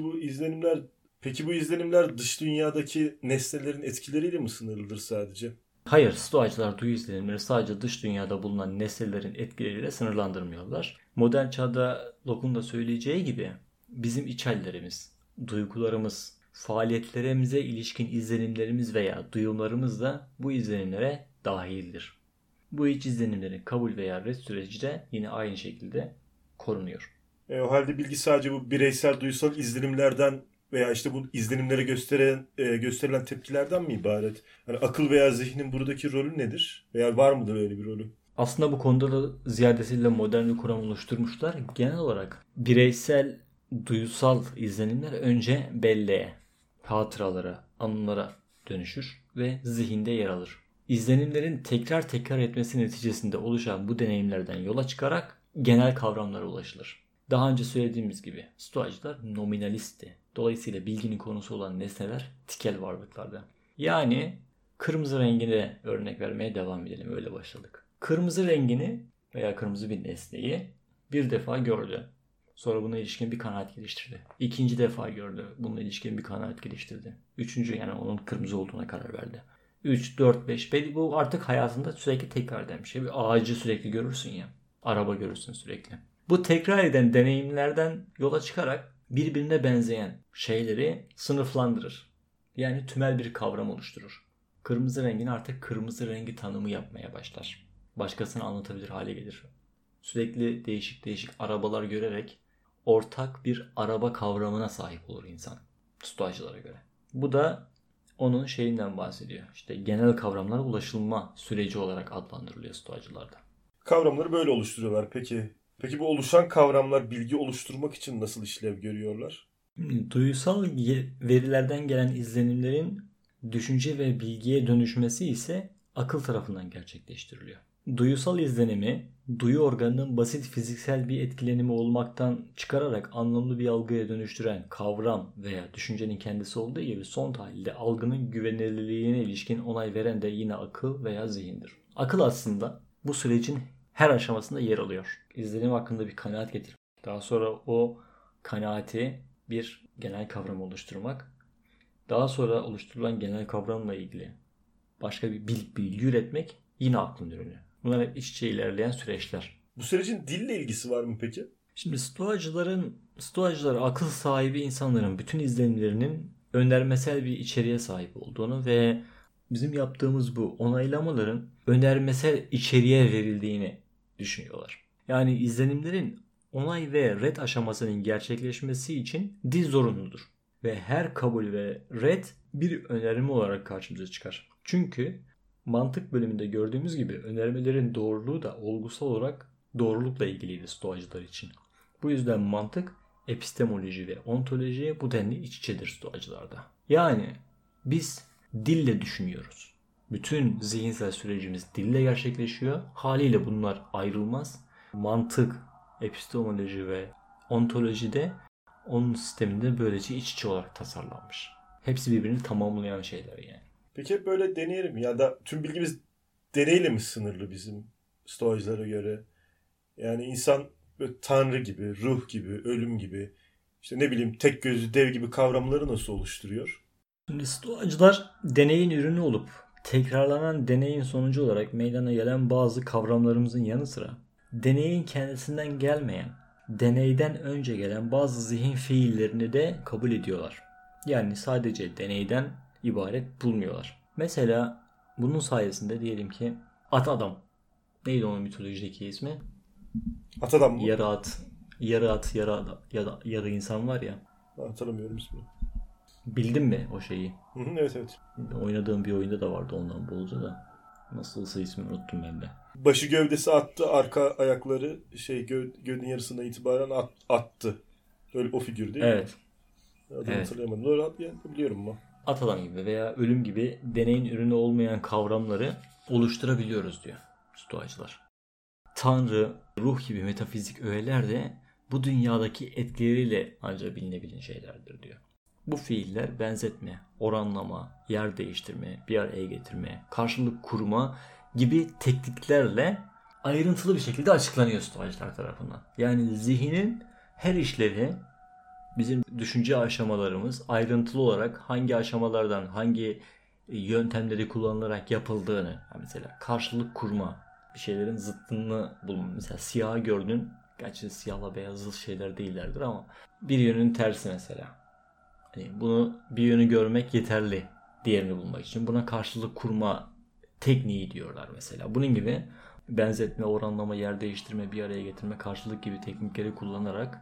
Peki bu izlenimler dış dünyadaki nesnelerin etkileriyle mi sınırlıdır sadece? Hayır, Stoacılar duyu izlenimleri sadece dış dünyada bulunan nesnelerin etkileriyle sınırlandırmıyorlar. Modern çağda Locke'un da söyleyeceği gibi bizim içhallerimiz, duygularımız, faaliyetlerimize ilişkin izlenimlerimiz veya duyumlarımız da bu izlenimlere dahildir. Bu iç izlenimlerin kabul veya ret süreci de yine aynı şekilde korunuyor. O halde bilgi sadece bu bireysel duysal izlenimlerden veya işte bu izlenimlere gösterilen tepkilerden mi ibaret? Yani akıl veya zihnin buradaki rolü nedir? Veya var mıdır öyle bir rolü? Aslında bu konuda da ziyadesiyle modern bir kuram oluşturmuşlar. Genel olarak bireysel duysal izlenimler önce belleğe, hatıralara, anılara dönüşür ve zihinde yer alır. İzlenimlerin tekrar tekrar etmesi neticesinde oluşan bu deneyimlerden yola çıkarak genel kavramlara ulaşılır. Daha önce söylediğimiz gibi Stoacılar nominalistti. Dolayısıyla bilginin konusu olan nesneler tikel varlıklardı. Yani kırmızı rengine örnek vermeye devam edelim. Öyle başladık. Kırmızı rengini veya kırmızı bir nesneyi bir defa gördü. Sonra buna ilişkin bir kanaat geliştirdi. İkinci defa gördü. Bununla ilişkin bir kanaat geliştirdi. Üçüncü, yani onun kırmızı olduğuna karar verdi. 3, 4, 5. Bu artık hayatında sürekli tekrar eden bir şey. Bir ağacı sürekli görürsün ya. Araba görürsün sürekli. Bu tekrar eden deneyimlerden yola çıkarak birbirine benzeyen şeyleri sınıflandırır. Yani tümel bir kavram oluşturur. Kırmızı rengin artık kırmızı rengi tanımı yapmaya başlar. Başkasına anlatabilir hale gelir. sürekli değişik değişik arabalar görerek ortak bir araba kavramına sahip olur insan. Stoacılara göre. Bu da onun şeyinden bahsediyor. İşte genel kavramlara ulaşılma süreci olarak adlandırılıyor Stoacılarda. Kavramları böyle oluşturuyorlar peki. Peki bu oluşan kavramlar bilgi oluşturmak için nasıl işlev görüyorlar? Duyusal verilerden gelen izlenimlerin düşünce ve bilgiye dönüşmesi ise akıl tarafından gerçekleştiriliyor. Duyusal izlenimi, duyu organının basit fiziksel bir etkilenimi olmaktan çıkararak anlamlı bir algıya dönüştüren kavram veya düşüncenin kendisi olduğu gibi son tahlilde algının güvenilirliğine ilişkin onay veren de yine akıl veya zihindir. Akıl aslında bu sürecin her aşamasında yer alıyor. İzlenim hakkında bir kanaat getirmek. Daha sonra o kanaati bir genel kavram oluşturmak. Daha sonra oluşturulan genel kavramla ilgili başka bir bilgi üretmek yine aklın ürünü. Bunlar hep iç içe ilerleyen süreçler. Bu sürecin dille ilgisi var mı peki? Şimdi Stoacılar akıl sahibi insanların bütün izlenimlerinin önermesel bir içeriğe sahip olduğunu ve bizim yaptığımız bu onaylamaların önermesel içeriğe verildiğini düşünüyorlar. Yani izlenimlerin onay ve red aşamasının gerçekleşmesi için dil zorunludur. Ve her kabul ve red bir önerme olarak karşımıza çıkar. Çünkü mantık bölümünde gördüğümüz gibi önermelerin doğruluğu da olgusal olarak doğrulukla ilgiliydi Stoacılar için. Bu yüzden mantık, epistemoloji ve ontoloji bu denli iç içedir Stoacılarda. Yani biz dille düşünüyoruz. Bütün zihinsel sürecimiz dille gerçekleşiyor. Haliyle bunlar ayrılmaz. Mantık, epistemoloji ve ontolojide onun sisteminde böylece iç içe olarak tasarlanmış. Hepsi birbirini tamamlayan şeyler yani. Peki hep böyle deneyelim ya da tüm bilgimiz deneyle mi sınırlı bizim Stoacılara göre? Yani insan böyle tanrı gibi, ruh gibi, ölüm gibi, işte ne bileyim tek gözlü dev gibi kavramları nasıl oluşturuyor? Şimdi Stoacılar deneyin ürünü olup tekrarlanan deneyin sonucu olarak meydana gelen bazı kavramlarımızın yanı sıra deneyin kendisinden gelmeyen, deneyden önce gelen bazı zihin fiillerini de kabul ediyorlar. Yani sadece deneyden ibaret bulmuyorlar. Mesela bunun sayesinde diyelim ki at adam. Neydi onun mitolojideki ismi? At adam mı? Yarı at, yarı insan var ya. Hatırlamıyorum ismini. Bildin mi o şeyi? Evet evet. Oynadığım bir oyunda da vardı ondan bolca da. Nasılsa ismini unuttum ben de. Başı gövdesi attı, arka ayakları gövdenin yarısından itibaren attı. Öyle o figür değil Evet. mi? Adını hatırlayamadım. Doğru biliyorum ama. At adam gibi veya ölüm gibi deneyin ürünü olmayan kavramları oluşturabiliyoruz diyor Stoacılar. Tanrı, ruh gibi metafizik öğeler de bu dünyadaki etkileriyle ancak bilinebilen şeylerdir diyor. Bu fiiller benzetme, oranlama, yer değiştirme, bir araya getirme, karşılık kurma gibi tekniklerle ayrıntılı bir şekilde açıklanıyor Stoacılar tarafından. Yani zihnin her işlevi bizim düşünce aşamalarımız ayrıntılı olarak hangi aşamalardan hangi yöntemleri kullanılarak yapıldığını, mesela karşılık kurma, bir şeylerin zıttını bulma. Mesela siyahı gördün, gerçi siyahla beyaz şeyler değillerdir ama bir yönün tersi mesela. Hani bunu bir yönü görmek yeterli diğerini bulmak için. Buna karşılık kurma tekniği diyorlar mesela. Bunun gibi benzetme, oranlama, yer değiştirme, bir araya getirme, karşılık gibi teknikleri kullanarak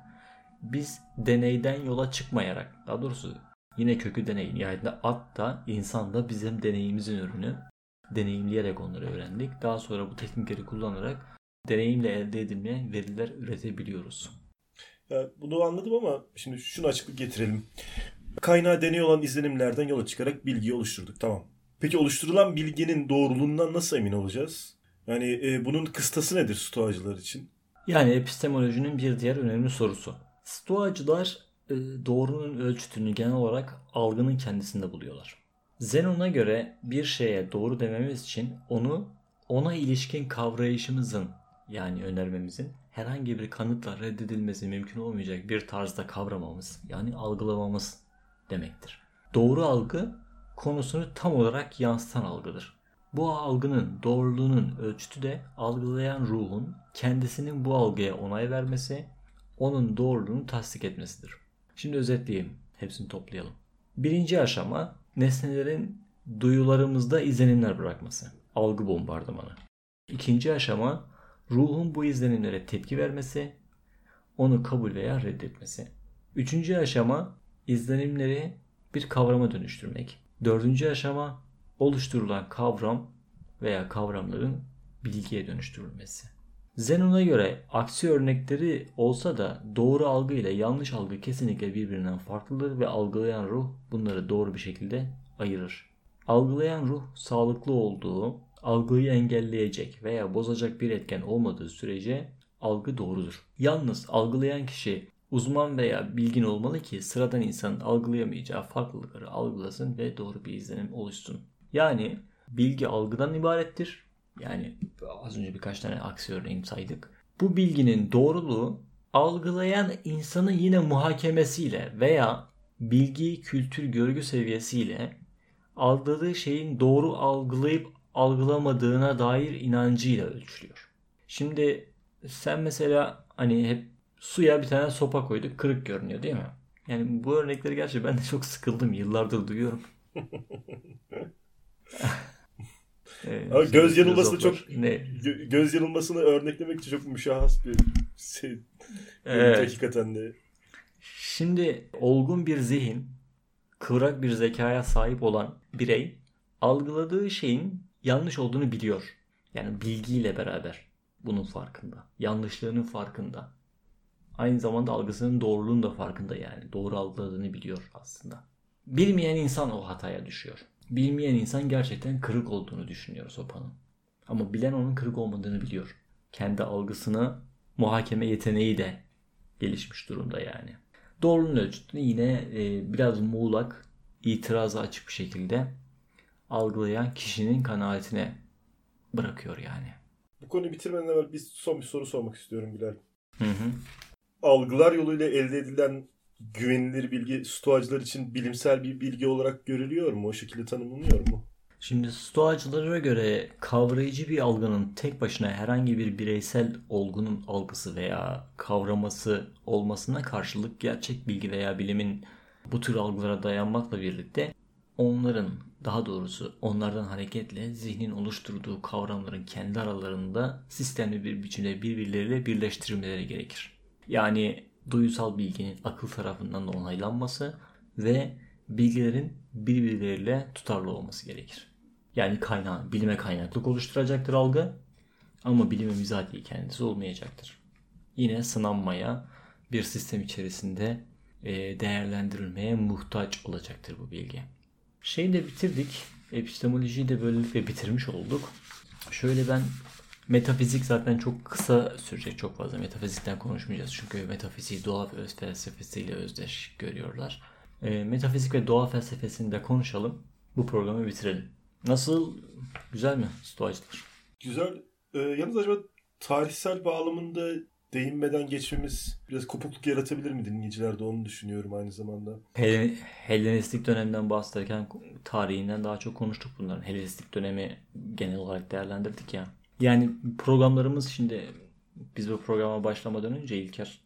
biz deneyden yola çıkmayarak, daha doğrusu yine kökü deney. Yani at da insan da bizim deneyimizin ürünü. Deneyimleyerek onları öğrendik. Daha sonra bu teknikleri kullanarak deneyimle elde edilmeyen veriler üretebiliyoruz. Ya bunu anladım ama şimdi şunu açıklık getirelim. Kaynağı deney olan izlenimlerden yola çıkarak bilgiyi oluşturduk. Tamam. Peki oluşturulan bilginin doğruluğundan nasıl emin olacağız? Yani bunun kıstası nedir Stoacılar için? Yani epistemolojinin bir diğer önemli sorusu. Stoacılar doğrunun ölçütünü genel olarak algının kendisinde buluyorlar. Zenon'a göre bir şeye doğru dememiz için ona ilişkin kavrayışımızın yani önermemizin herhangi bir kanıtla reddedilmesi mümkün olmayacak bir tarzda kavramamız yani algılamamız demektir. Doğru algı konusunu tam olarak yansıtan algıdır. Bu algının doğruluğunun ölçütü de algılayan ruhun kendisinin bu algıya onay vermesi, onun doğruluğunu tasdik etmesidir. Şimdi özetleyeyim, hepsini toplayalım. Birinci aşama nesnelerin duyularımızda izlenimler bırakması, algı bombardımanı. İkinci aşama ruhun bu izlenimlere tepki vermesi, onu kabul veya reddetmesi. Üçüncü aşama izlenimleri bir kavrama dönüştürmek. Dördüncü aşama oluşturulan kavram veya kavramların bilgiye dönüştürülmesi. Zenon'a göre aksi örnekleri olsa da doğru algı ile yanlış algı kesinlikle birbirinden farklıdır ve algılayan ruh bunları doğru bir şekilde ayırır. Algılayan ruh sağlıklı olduğu, algıyı engelleyecek veya bozacak bir etken olmadığı sürece algı doğrudur. Yalnız algılayan kişi uzman veya bilgin olmalı ki sıradan insanın algılayamayacağı farklılıkları algılasın ve doğru bir izlenim oluşsun. Yani bilgi algıdan ibarettir. Yani az önce birkaç tane aksi örneğini saydık. Bu bilginin doğruluğu algılayan insanın yine muhakemesiyle veya bilgi, kültür, görgü seviyesiyle algıladığı şeyin doğru algılayıp algılamadığına dair inancıyla ölçülüyor. Şimdi sen mesela hani hep suya bir tane sopa koyduk, kırık görünüyor değil mi? Yani bu örnekleri gerçi ben de çok sıkıldım. Yıllardır duyuyorum. Ama göz yanılmasını çok ne? Göz yanılmasını örneklemek için çok müşahhas bir şey. Evet. Hakikaten de. Şimdi olgun bir zihin, kıvrak bir zekaya sahip olan birey algıladığı şeyin yanlış olduğunu biliyor. Yani bilgiyle beraber bunun farkında. Yanlışlığının farkında. Aynı zamanda algısının doğruluğunun da farkında yani. Doğru algıladığını biliyor aslında. Bilmeyen insan o hataya düşüyor. Bilmeyen insan gerçekten kırık olduğunu düşünüyor sopanın. Ama bilen onun kırık olmadığını biliyor. Kendi algısını muhakeme yeteneği de gelişmiş durumda yani. Doğruluğun ölçütünü yine biraz muğlak, itiraza açık bir şekilde algılayan kişinin kanaatine bırakıyor yani. Bu konuyu bitirmeden evvel son bir soru sormak istiyorum Bilal. Hı hı. Algılar yoluyla elde edilen güvenilir bilgi stoacılar için bilimsel bir bilgi olarak görülüyor mu? O şekilde tanımlanıyor mu? Şimdi stoacılara göre kavrayıcı bir algının tek başına herhangi bir bireysel olgunun algısı veya kavraması olmasına karşılık gerçek bilgi veya bilimin bu tür algılara dayanmakla birlikte daha doğrusu onlardan hareketle zihnin oluşturduğu kavramların kendi aralarında sistemli bir biçimde birbirleriyle birleştirilmeleri gerekir. Yani duyusal bilginin akıl tarafından da onaylanması ve bilgilerin birbirleriyle tutarlı olması gerekir. Yani bilime kaynaklık oluşturacaktır algı ama bilimin bizatihi kendisi olmayacaktır. Yine sınanmaya, bir sistem içerisinde değerlendirilmeye muhtaç olacaktır bu bilgi. Şeyi de bitirdik. Epistemolojiyi de böylelikle bitirmiş olduk. Şöyle ben metafizik zaten çok kısa sürecek. Çok fazla metafizikten konuşmayacağız. Çünkü metafiziği doğa felsefesiyle özdeş görüyorlar. Metafizik ve doğa felsefesini de konuşalım. Bu programı bitirelim. Nasıl? Güzel mi stoacılar? Güzel. Yalnız acaba tarihsel bağlamında değinmeden geçmemiz biraz kopukluk yaratabilir mi dinleyicilerde, onu düşünüyorum aynı zamanda. Helenistik dönemden bahsederken tarihinden daha çok konuştuk bunların. Helenistik dönemi genel olarak değerlendirdik ya. Yani programlarımız şimdi biz bu programa başlamadan önce İlker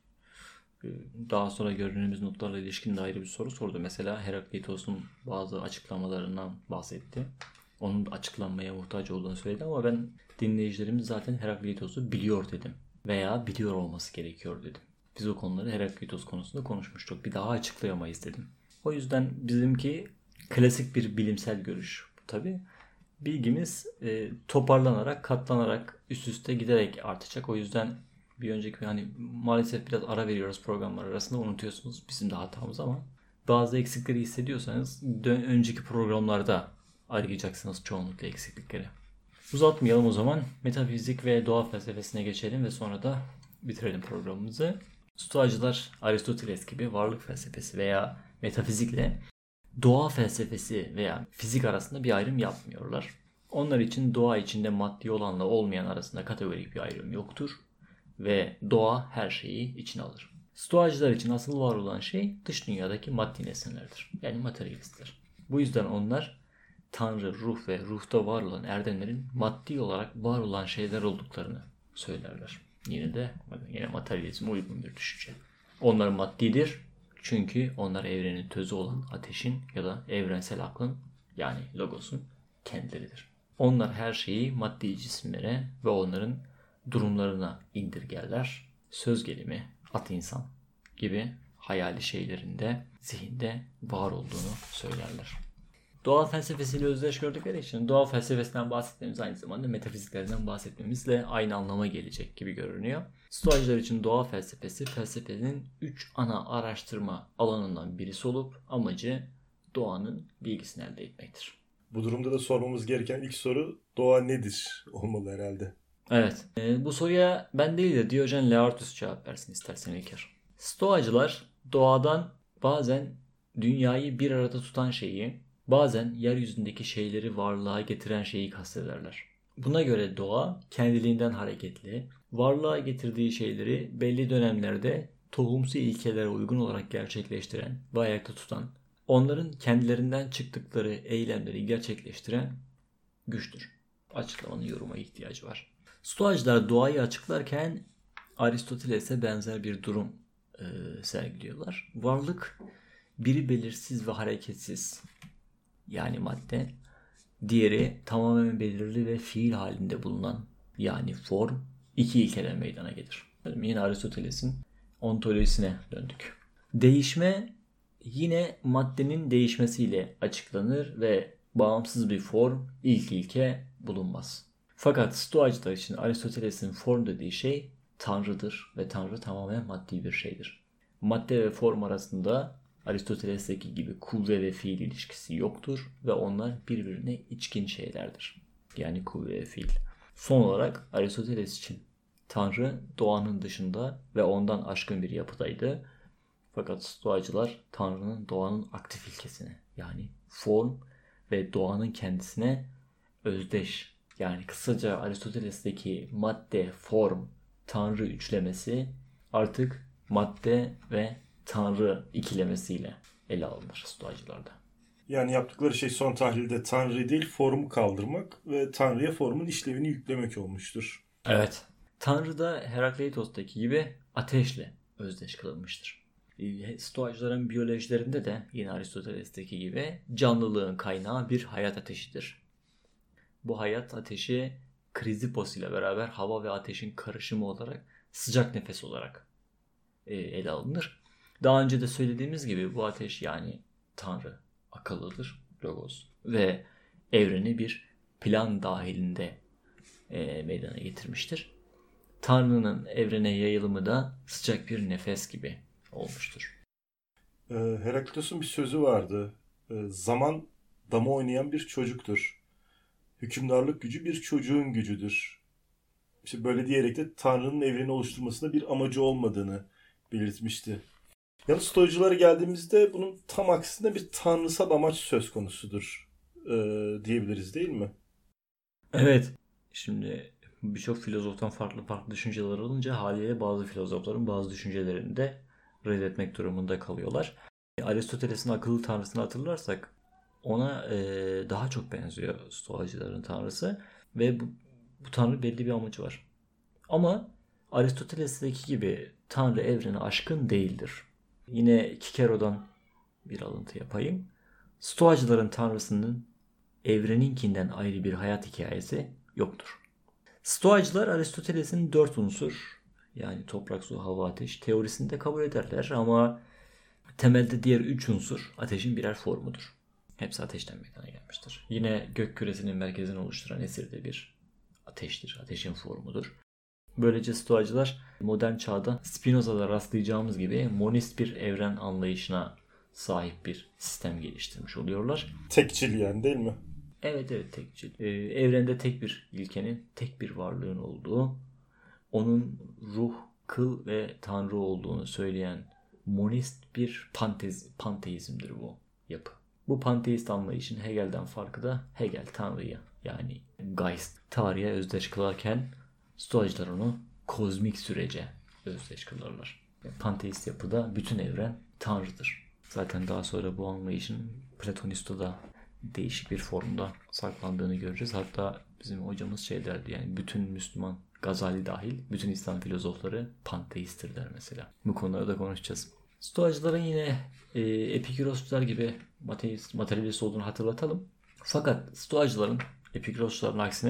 daha sonra gördüğümüz notlarla ilişkin de ayrı bir soru sordu. Mesela Heraklitos'un bazı açıklamalarından bahsetti. Onun açıklanmaya muhtaç olduğunu söyledi ama ben dinleyicilerimiz zaten Heraklitos'u biliyor dedim. Veya biliyor olması gerekiyor dedim. Biz o konuları Heraklitos konusunda konuşmuştuk. Bir daha açıklayamayız dedim. O yüzden bizimki klasik bir bilimsel görüş. Tabii bilgimiz toparlanarak, katlanarak, üst üste giderek artacak. O yüzden bir önceki maalesef biraz ara veriyoruz programlar arasında, unutuyorsunuz. Bizim de hatamız ama bazı eksikleri hissediyorsanız önceki programlarda arayacaksınız çoğunlukla eksiklikleri. Uzatmayalım o zaman. Metafizik ve doğa felsefesine geçelim ve sonra da bitirelim programımızı. Stoacılar Aristoteles gibi varlık felsefesi veya metafizikle doğa felsefesi veya fizik arasında bir ayrım yapmıyorlar. Onlar için doğa içinde maddi olanla olmayan arasında kategorik bir ayrım yoktur ve doğa her şeyi içine alır. Stoacılar için asıl var olan şey dış dünyadaki maddi nesnelerdir. Yani materyalistler. Bu yüzden onlar Tanrı, ruh ve ruhta var olan erdemlerin maddi olarak var olan şeyler olduklarını söylerler. Yine materyalizme uygun bir düşünce. Onlar maddidir çünkü onlar evrenin tözü olan ateşin ya da evrensel aklın yani logosun kendileridir. Onlar her şeyi maddi cisimlere ve onların durumlarına indirgerler. Söz gelimi at insan gibi hayali şeylerinde zihinde var olduğunu söylerler. Doğa felsefesiyle özdeş gördükleri için doğa felsefesinden bahsetmemiz aynı zamanda metafiziklerden bahsetmemizle aynı anlama gelecek gibi görünüyor. Stoacılar için doğa felsefesi felsefenin 3 ana araştırma alanından birisi olup amacı doğanın bilgisini elde etmektir. Bu durumda da sormamız gereken ilk soru doğa nedir olmalı herhalde. Evet. Bu soruya ben değil de Diyojen Laertius cevap versin istersen İlker. Stoacılar doğadan bazen dünyayı bir arada tutan şeyi, bazen yeryüzündeki şeyleri varlığa getiren şeyi kastederler. Buna göre doğa kendiliğinden hareketli, varlığa getirdiği şeyleri belli dönemlerde tohumsu ilkelere uygun olarak gerçekleştiren ve ayakta tutan, onların kendilerinden çıktıkları eylemleri gerçekleştiren güçtür. Açıklamanın yoruma ihtiyacı var. Stoacılar doğayı açıklarken Aristoteles'e benzer bir durum sergiliyorlar. Varlık biri belirsiz ve hareketsiz, yani madde, diğeri tamamen belirli ve fiil halinde bulunan, yani form, iki ilkeden meydana gelir. Yine Aristoteles'in ontolojisine döndük. Değişme yine maddenin değişmesiyle açıklanır ve bağımsız bir form, ilk ilke bulunmaz. Fakat Stoacılar için Aristoteles'in form dediği şey Tanrı'dır ve Tanrı tamamen maddi bir şeydir. Madde ve form arasında Aristoteles'teki gibi kuvve ve fiil ilişkisi yoktur ve onlar birbirine içkin şeylerdir. Yani kuvve ve fiil. Son olarak Aristoteles için Tanrı doğanın dışında ve ondan aşkın bir yapıdaydı. Fakat Stoacılar Tanrı'nın doğanın aktif ilkesine, yani form ve doğanın kendisine özdeş, yani kısaca Aristoteles'teki madde, form, Tanrı üçlemesi artık madde ve Tanrı ikilemesiyle ele alınır Stoacılarda. Yani yaptıkları şey son tahlilde Tanrı değil formu kaldırmak ve Tanrı'ya formun işlevini yüklemek olmuştur. Evet. Tanrı da Herakleitos'taki gibi ateşle özdeş kılınmıştır. Stoacıların biyolojilerinde de yine Aristoteles'teki gibi canlılığın kaynağı bir hayat ateşidir. Bu hayat ateşi Krizipos ile beraber hava ve ateşin karışımı olarak sıcak nefes olarak ele alınır. Daha önce de söylediğimiz gibi bu ateş, yani Tanrı, akıllıdır, Logos, ve evreni bir plan dahilinde meydana getirmiştir. Tanrı'nın evrene yayılımı da sıcak bir nefes gibi olmuştur. Heraklitos'un bir sözü vardı. Zaman dama oynayan bir çocuktur. Hükümdarlık gücü bir çocuğun gücüdür. İşte böyle diyerek de Tanrı'nın evreni oluşturmasında bir amacı olmadığını belirtmişti. Yalnız Stoacılara geldiğimizde bunun tam aksine bir tanrısal amaç söz konusudur diyebiliriz değil mi? Evet. Şimdi birçok filozoftan farklı düşünceler alınca haliyle bazı filozofların bazı düşüncelerini de reddetmek durumunda kalıyorlar. Aristoteles'in akıllı tanrısını hatırlarsak ona daha çok benziyor Stoacıların tanrısı ve bu tanrı belli bir amacı var. Ama Aristoteles'teki gibi tanrı evrene aşkın değildir. Yine Kikero'dan bir alıntı yapayım. Stoacıların tanrısının evreninkinden ayrı bir hayat hikayesi yoktur. Stoacılar Aristoteles'in 4 unsur, yani toprak, su, hava, ateş teorisini de kabul ederler ama temelde diğer 3 unsur ateşin birer formudur. Hepsi ateşten meydana gelmiştir. Yine gök küresinin merkezini oluşturan esir de bir ateştir, ateşin formudur. Böylece Stoacılar modern çağda Spinoza'da rastlayacağımız gibi monist bir evren anlayışına sahip bir sistem geliştirmiş oluyorlar. Tekçil yani değil mi? Evet tekçil. Evrende tek bir ilkenin, tek bir varlığın olduğu, onun ruh, kıl ve tanrı olduğunu söyleyen monist bir panteizmdir bu yapı. Bu panteist anlayışın Hegel'den farkı da Hegel Tanrı'ya, yani Geist, tarihe özdeş kılarken Stoacılar onu kozmik sürece özdeş kılarlar. Panteist yapıda bütün evren Tanrı'dır. Zaten daha sonra bu anlayışın Platonisto'da değişik bir formda saklandığını göreceğiz. Hatta bizim hocamız şey derdi, yani bütün Müslüman, Gazali dahil bütün İslam filozofları panteisttir mesela. Bu konuları da konuşacağız. Stoacıların yine Epikurosçular gibi materyalist olduğunu hatırlatalım. Fakat Stoacıların Epikurosçuların aksine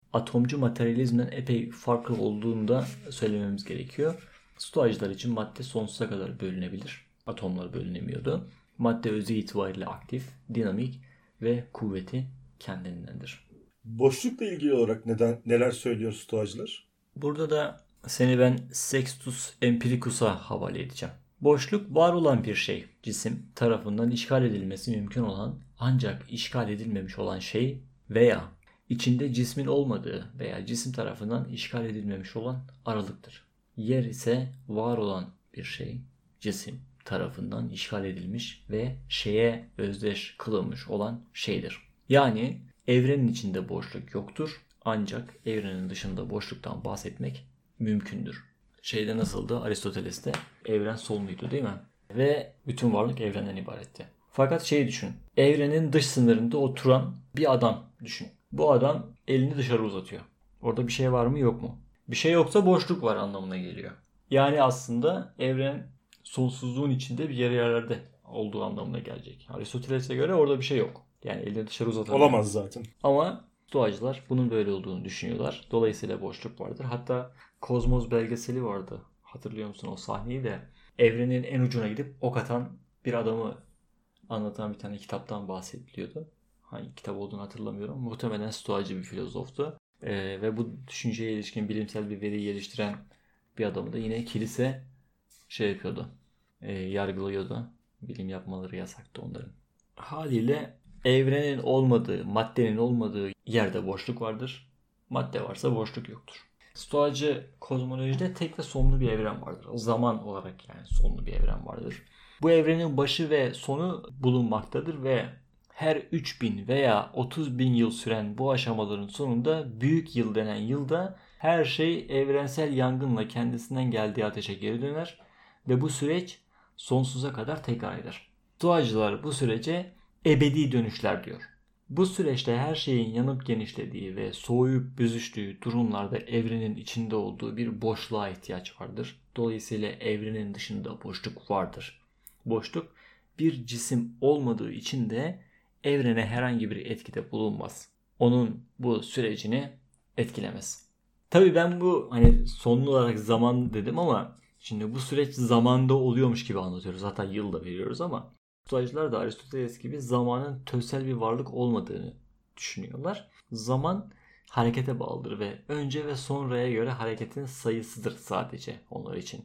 atomcu materyalizmden epey farklı olduğunu da söylememiz gerekiyor. Stoacılar için madde sonsuza kadar bölünebilir. Atomlar bölünemiyordu. Madde özü itibariyle aktif, dinamik ve kuvveti kendindendir. Boşlukla ilgili olarak neler söylüyor Stoacılar? Burada da seni ben Sextus Empiricus'a havale edeceğim. Boşluk var olan bir şey, cisim tarafından işgal edilmesi mümkün olan ancak işgal edilmemiş olan şey veya içinde cismin olmadığı veya cisim tarafından işgal edilmemiş olan aralıktır. Yer ise var olan bir şey, cisim tarafından işgal edilmiş ve şeye özdeş kılınmış olan şeydir. Yani evrenin içinde boşluk yoktur ancak evrenin dışında boşluktan bahsetmek mümkündür. Şeyde nasıldı? Aristoteles'te evren sonluydu değil mi? Ve bütün varlık evrenden ibaretti. Fakat şeyi düşün. Evrenin dış sınırında oturan bir adam düşün. Bu adam elini dışarı uzatıyor. Orada bir şey var mı yok mu? Bir şey yoksa boşluk var anlamına geliyor. Yani aslında evren sonsuzluğun içinde bir yerlerde olduğu anlamına gelecek. Aristoteles'e göre orada bir şey yok. Yani elini dışarı uzatamıyor. Olamaz zaten. Ama Stoacılar bunun böyle olduğunu düşünüyorlar. Dolayısıyla boşluk vardır. Hatta Kozmos belgeseli vardı. Hatırlıyor musun o sahneyi de? Evrenin en ucuna gidip ok atan bir adamı anlatan bir tane kitaptan bahsediliyordu. Hangi kitap olduğunu hatırlamıyorum. Muhtemelen Stoacı bir filozoftu. Ve bu düşünceye ilişkin bilimsel bir veri geliştiren bir adamı da yine kilise şey yapıyordu. Yargılıyordu. Bilim yapmaları yasaktı onların. Haliyle evrenin olmadığı, maddenin olmadığı yerde boşluk vardır. Madde varsa boşluk yoktur. Stoacı kozmolojide tek ve sonlu bir evren vardır. Zaman olarak yani sonlu bir evren vardır. Bu evrenin başı ve sonu bulunmaktadır ve her 3000 veya 30.000 yıl süren bu aşamaların sonunda büyük yıl denen yılda her şey evrensel yangınla kendisinden geldiği ateşe geri döner ve bu süreç sonsuza kadar tekrar eder. Stoacılar bu sürece ebedi dönüşler diyor. Bu süreçte her şeyin yanıp genişlediği ve soğuyup büzüştüğü durumlarda evrenin içinde olduğu bir boşluğa ihtiyaç vardır. Dolayısıyla evrenin dışında boşluk vardır. Boşluk bir cisim olmadığı için de evrene herhangi bir etkide bulunmaz. Onun bu sürecini etkilemez. Tabii ben bu hani sonlu olarak zaman dedim ama şimdi bu süreç zamanda oluyormuş gibi anlatıyoruz. Hatta yıl da veriyoruz ama Stoacılar da Aristoteles gibi zamanın tözsel bir varlık olmadığını düşünüyorlar. Zaman harekete bağlıdır ve önce ve sonraya göre hareketin sayısıdır sadece onlar için.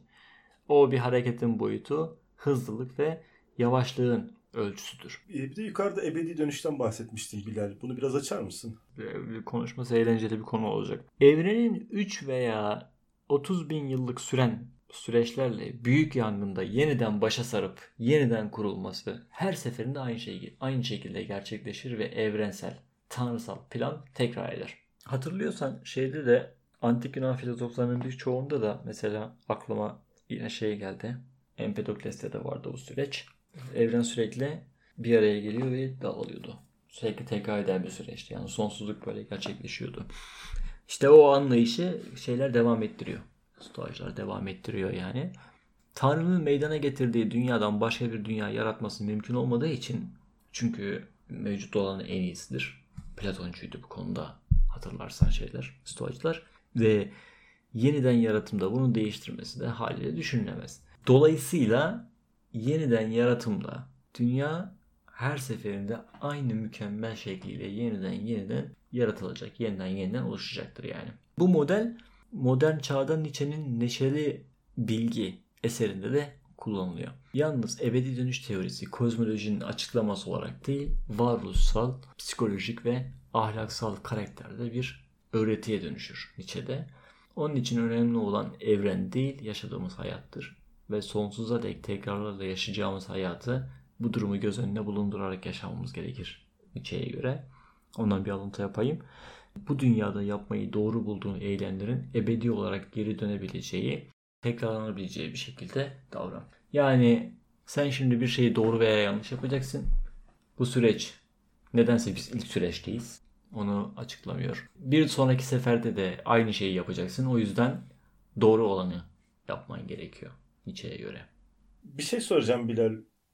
O bir hareketin boyutu hızlılık ve yavaşlığın ölçüsüdür. Bir de yukarıda ebedi dönüşten bahsetmiştin Bilal. Bunu biraz açar mısın? Konuşması eğlenceli bir konu olacak. Evrenin 3 veya 30 bin yıllık süren süreçlerle büyük yangında yeniden başa sarıp yeniden kurulması her seferinde aynı şekilde gerçekleşir ve evrensel, tanrısal plan tekrar eder. Hatırlıyorsan şeyde de antik Yunan filozoflarının birçoğunda da mesela aklıma yine şey geldi. Empedokles'te de vardı bu süreç. Evren sürekli bir araya geliyor ve dağılıyordu. Sürekli tekrar eden bir süreçti. Yani sonsuzluk böyle gerçekleşiyordu. İşte o anlayışı şeyler devam ettiriyor. Stoacılar devam ettiriyor yani. Tanrı'nın meydana getirdiği dünyadan başka bir dünya yaratması mümkün olmadığı için çünkü mevcut olanın en iyisidir. Platoncuydu bu konuda hatırlarsan şeyler, Stoacılar. Ve yeniden yaratımda bunu değiştirmesi de haliyle düşünülemez. Dolayısıyla yeniden yaratımda dünya her seferinde aynı mükemmel şekliyle yeniden yaratılacak. Yeniden oluşacaktır yani. Bu model modern çağda Nietzsche'nin Neşeli Bilgi eserinde de kullanılıyor. Yalnız ebedi dönüş teorisi kozmolojinin açıklaması olarak değil, varoluşsal, psikolojik ve ahlaksal karakterde bir öğretiye dönüşür Nietzsche'de. Onun için önemli olan evren değil, yaşadığımız hayattır. Ve sonsuza dek tekrarlarla yaşayacağımız hayatı bu durumu göz önüne bulundurarak yaşamamız gerekir Nietzsche'ye göre. Ondan bir alıntı yapayım. Bu dünyada yapmayı doğru bulduğun eylemlerin ebedi olarak geri dönebileceği, tekrarlanabileceği bir şekilde davran. Yani sen şimdi bir şeyi doğru veya yanlış yapacaksın. Bu süreç nedense biz ilk süreçteyiz. Onu açıklamıyor. Bir sonraki seferde de aynı şeyi yapacaksın. O yüzden doğru olanı yapman gerekiyor Nietzsche'ye göre. Bir şey soracağım Bilal.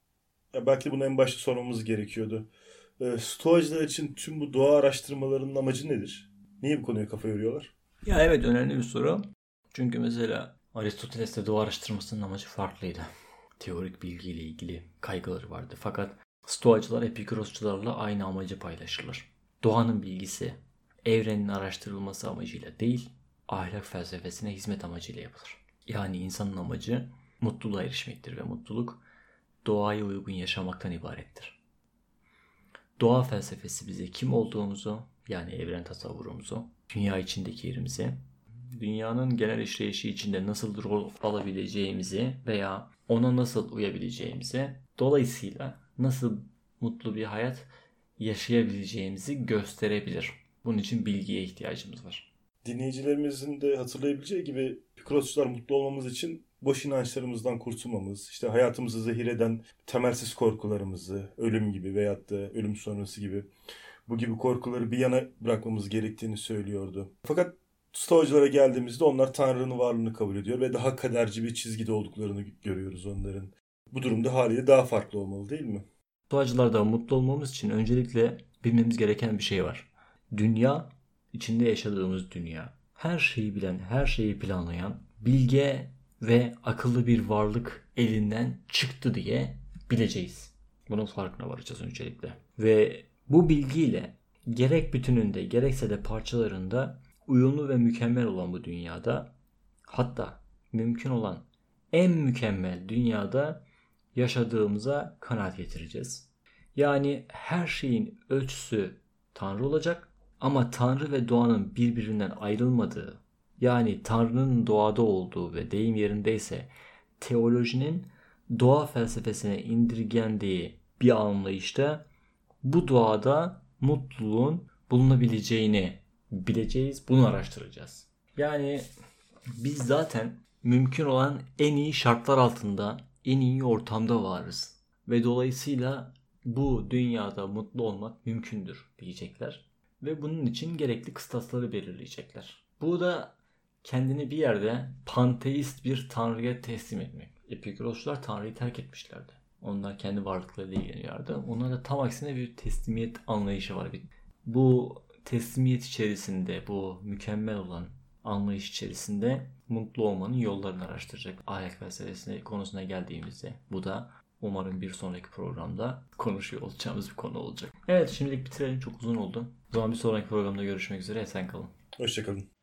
Ya belki bunu en başta sormamız gerekiyordu. Stoacılar için tüm bu doğa araştırmalarının amacı nedir? Niye bu konuya kafa yoruyorlar? Ya evet, önemli bir soru. Çünkü mesela Aristoteles'te doğa araştırmasının amacı farklıydı. Teorik bilgiyle ilgili kaygıları vardı. Fakat Stoacılar Epikurosçularla aynı amacı paylaşırlar. Doğanın bilgisi evrenin araştırılması amacıyla değil, ahlak felsefesine hizmet amacıyla yapılır. Yani insanın amacı mutluluğa erişmektir ve mutluluk doğaya uygun yaşamaktan ibarettir. Doğa felsefesi bize kim olduğumuzu, yani evren tasavvurumuzu, dünya içindeki yerimizi, dünyanın genel işleyişi içinde nasıl rol alabileceğimizi veya ona nasıl uyabileceğimizi, dolayısıyla nasıl mutlu bir hayat yaşayabileceğimizi gösterebilir. Bunun için bilgiye ihtiyacımız var. Dinleyicilerimizin de hatırlayabileceği gibi Epikurosçular mutlu olmamız için boş inançlarımızdan kurtulmamız, işte hayatımızı zehir eden temelsiz korkularımızı, ölüm gibi veyahut da ölüm sonrası gibi bu gibi korkuları bir yana bırakmamız gerektiğini söylüyordu. Fakat Stoacılara geldiğimizde onlar Tanrı'nın varlığını kabul ediyor ve daha kaderci bir çizgide olduklarını görüyoruz onların. Bu durumda haliyle daha farklı olmalı değil mi? Stoacılarda mutlu olmamız için öncelikle bilmemiz gereken bir şey var. Dünya, içinde yaşadığımız dünya, her şeyi bilen, her şeyi planlayan, bilge ve akıllı bir varlık elinden çıktı diye bileceğiz. Bunun farkına varacağız öncelikle. Ve bu bilgiyle gerek bütününde gerekse de parçalarında uyumlu ve mükemmel olan bu dünyada, hatta mümkün olan en mükemmel dünyada yaşadığımıza kanaat getireceğiz. Yani her şeyin ölçüsü Tanrı olacak ama Tanrı ve doğanın birbirinden ayrılmadığı, yani Tanrı'nın doğada olduğu ve deyim yerindeyse teolojinin doğa felsefesine indirgendiği bir anlayışta bu doğada mutluluğun bulunabileceğini bileceğiz, bunu araştıracağız. Yani biz zaten mümkün olan en iyi şartlar altında, en iyi ortamda varız. Ve dolayısıyla bu dünyada mutlu olmak mümkündür diyecekler. Ve bunun için gerekli kıstasları belirleyecekler. Bu da kendini bir yerde panteist bir tanrıya teslim etmek. Epikurosçular tanrıyı terk etmişlerdi. Onlar kendi varlıklarıyla ilgileniyorlardı. Onlarda tam aksine bir teslimiyet anlayışı var. Bu teslimiyet içerisinde, bu mükemmel olan anlayış içerisinde mutlu olmanın yollarını araştıracak. Ahlak felsefesine konusuna geldiğimizde bu da umarım bir sonraki programda konuşuyor olacağımız bir konu olacak. Evet, şimdilik bitirelim. Çok uzun oldu. O zaman bir sonraki programda görüşmek üzere. Esen kalın. Hoşçakalın.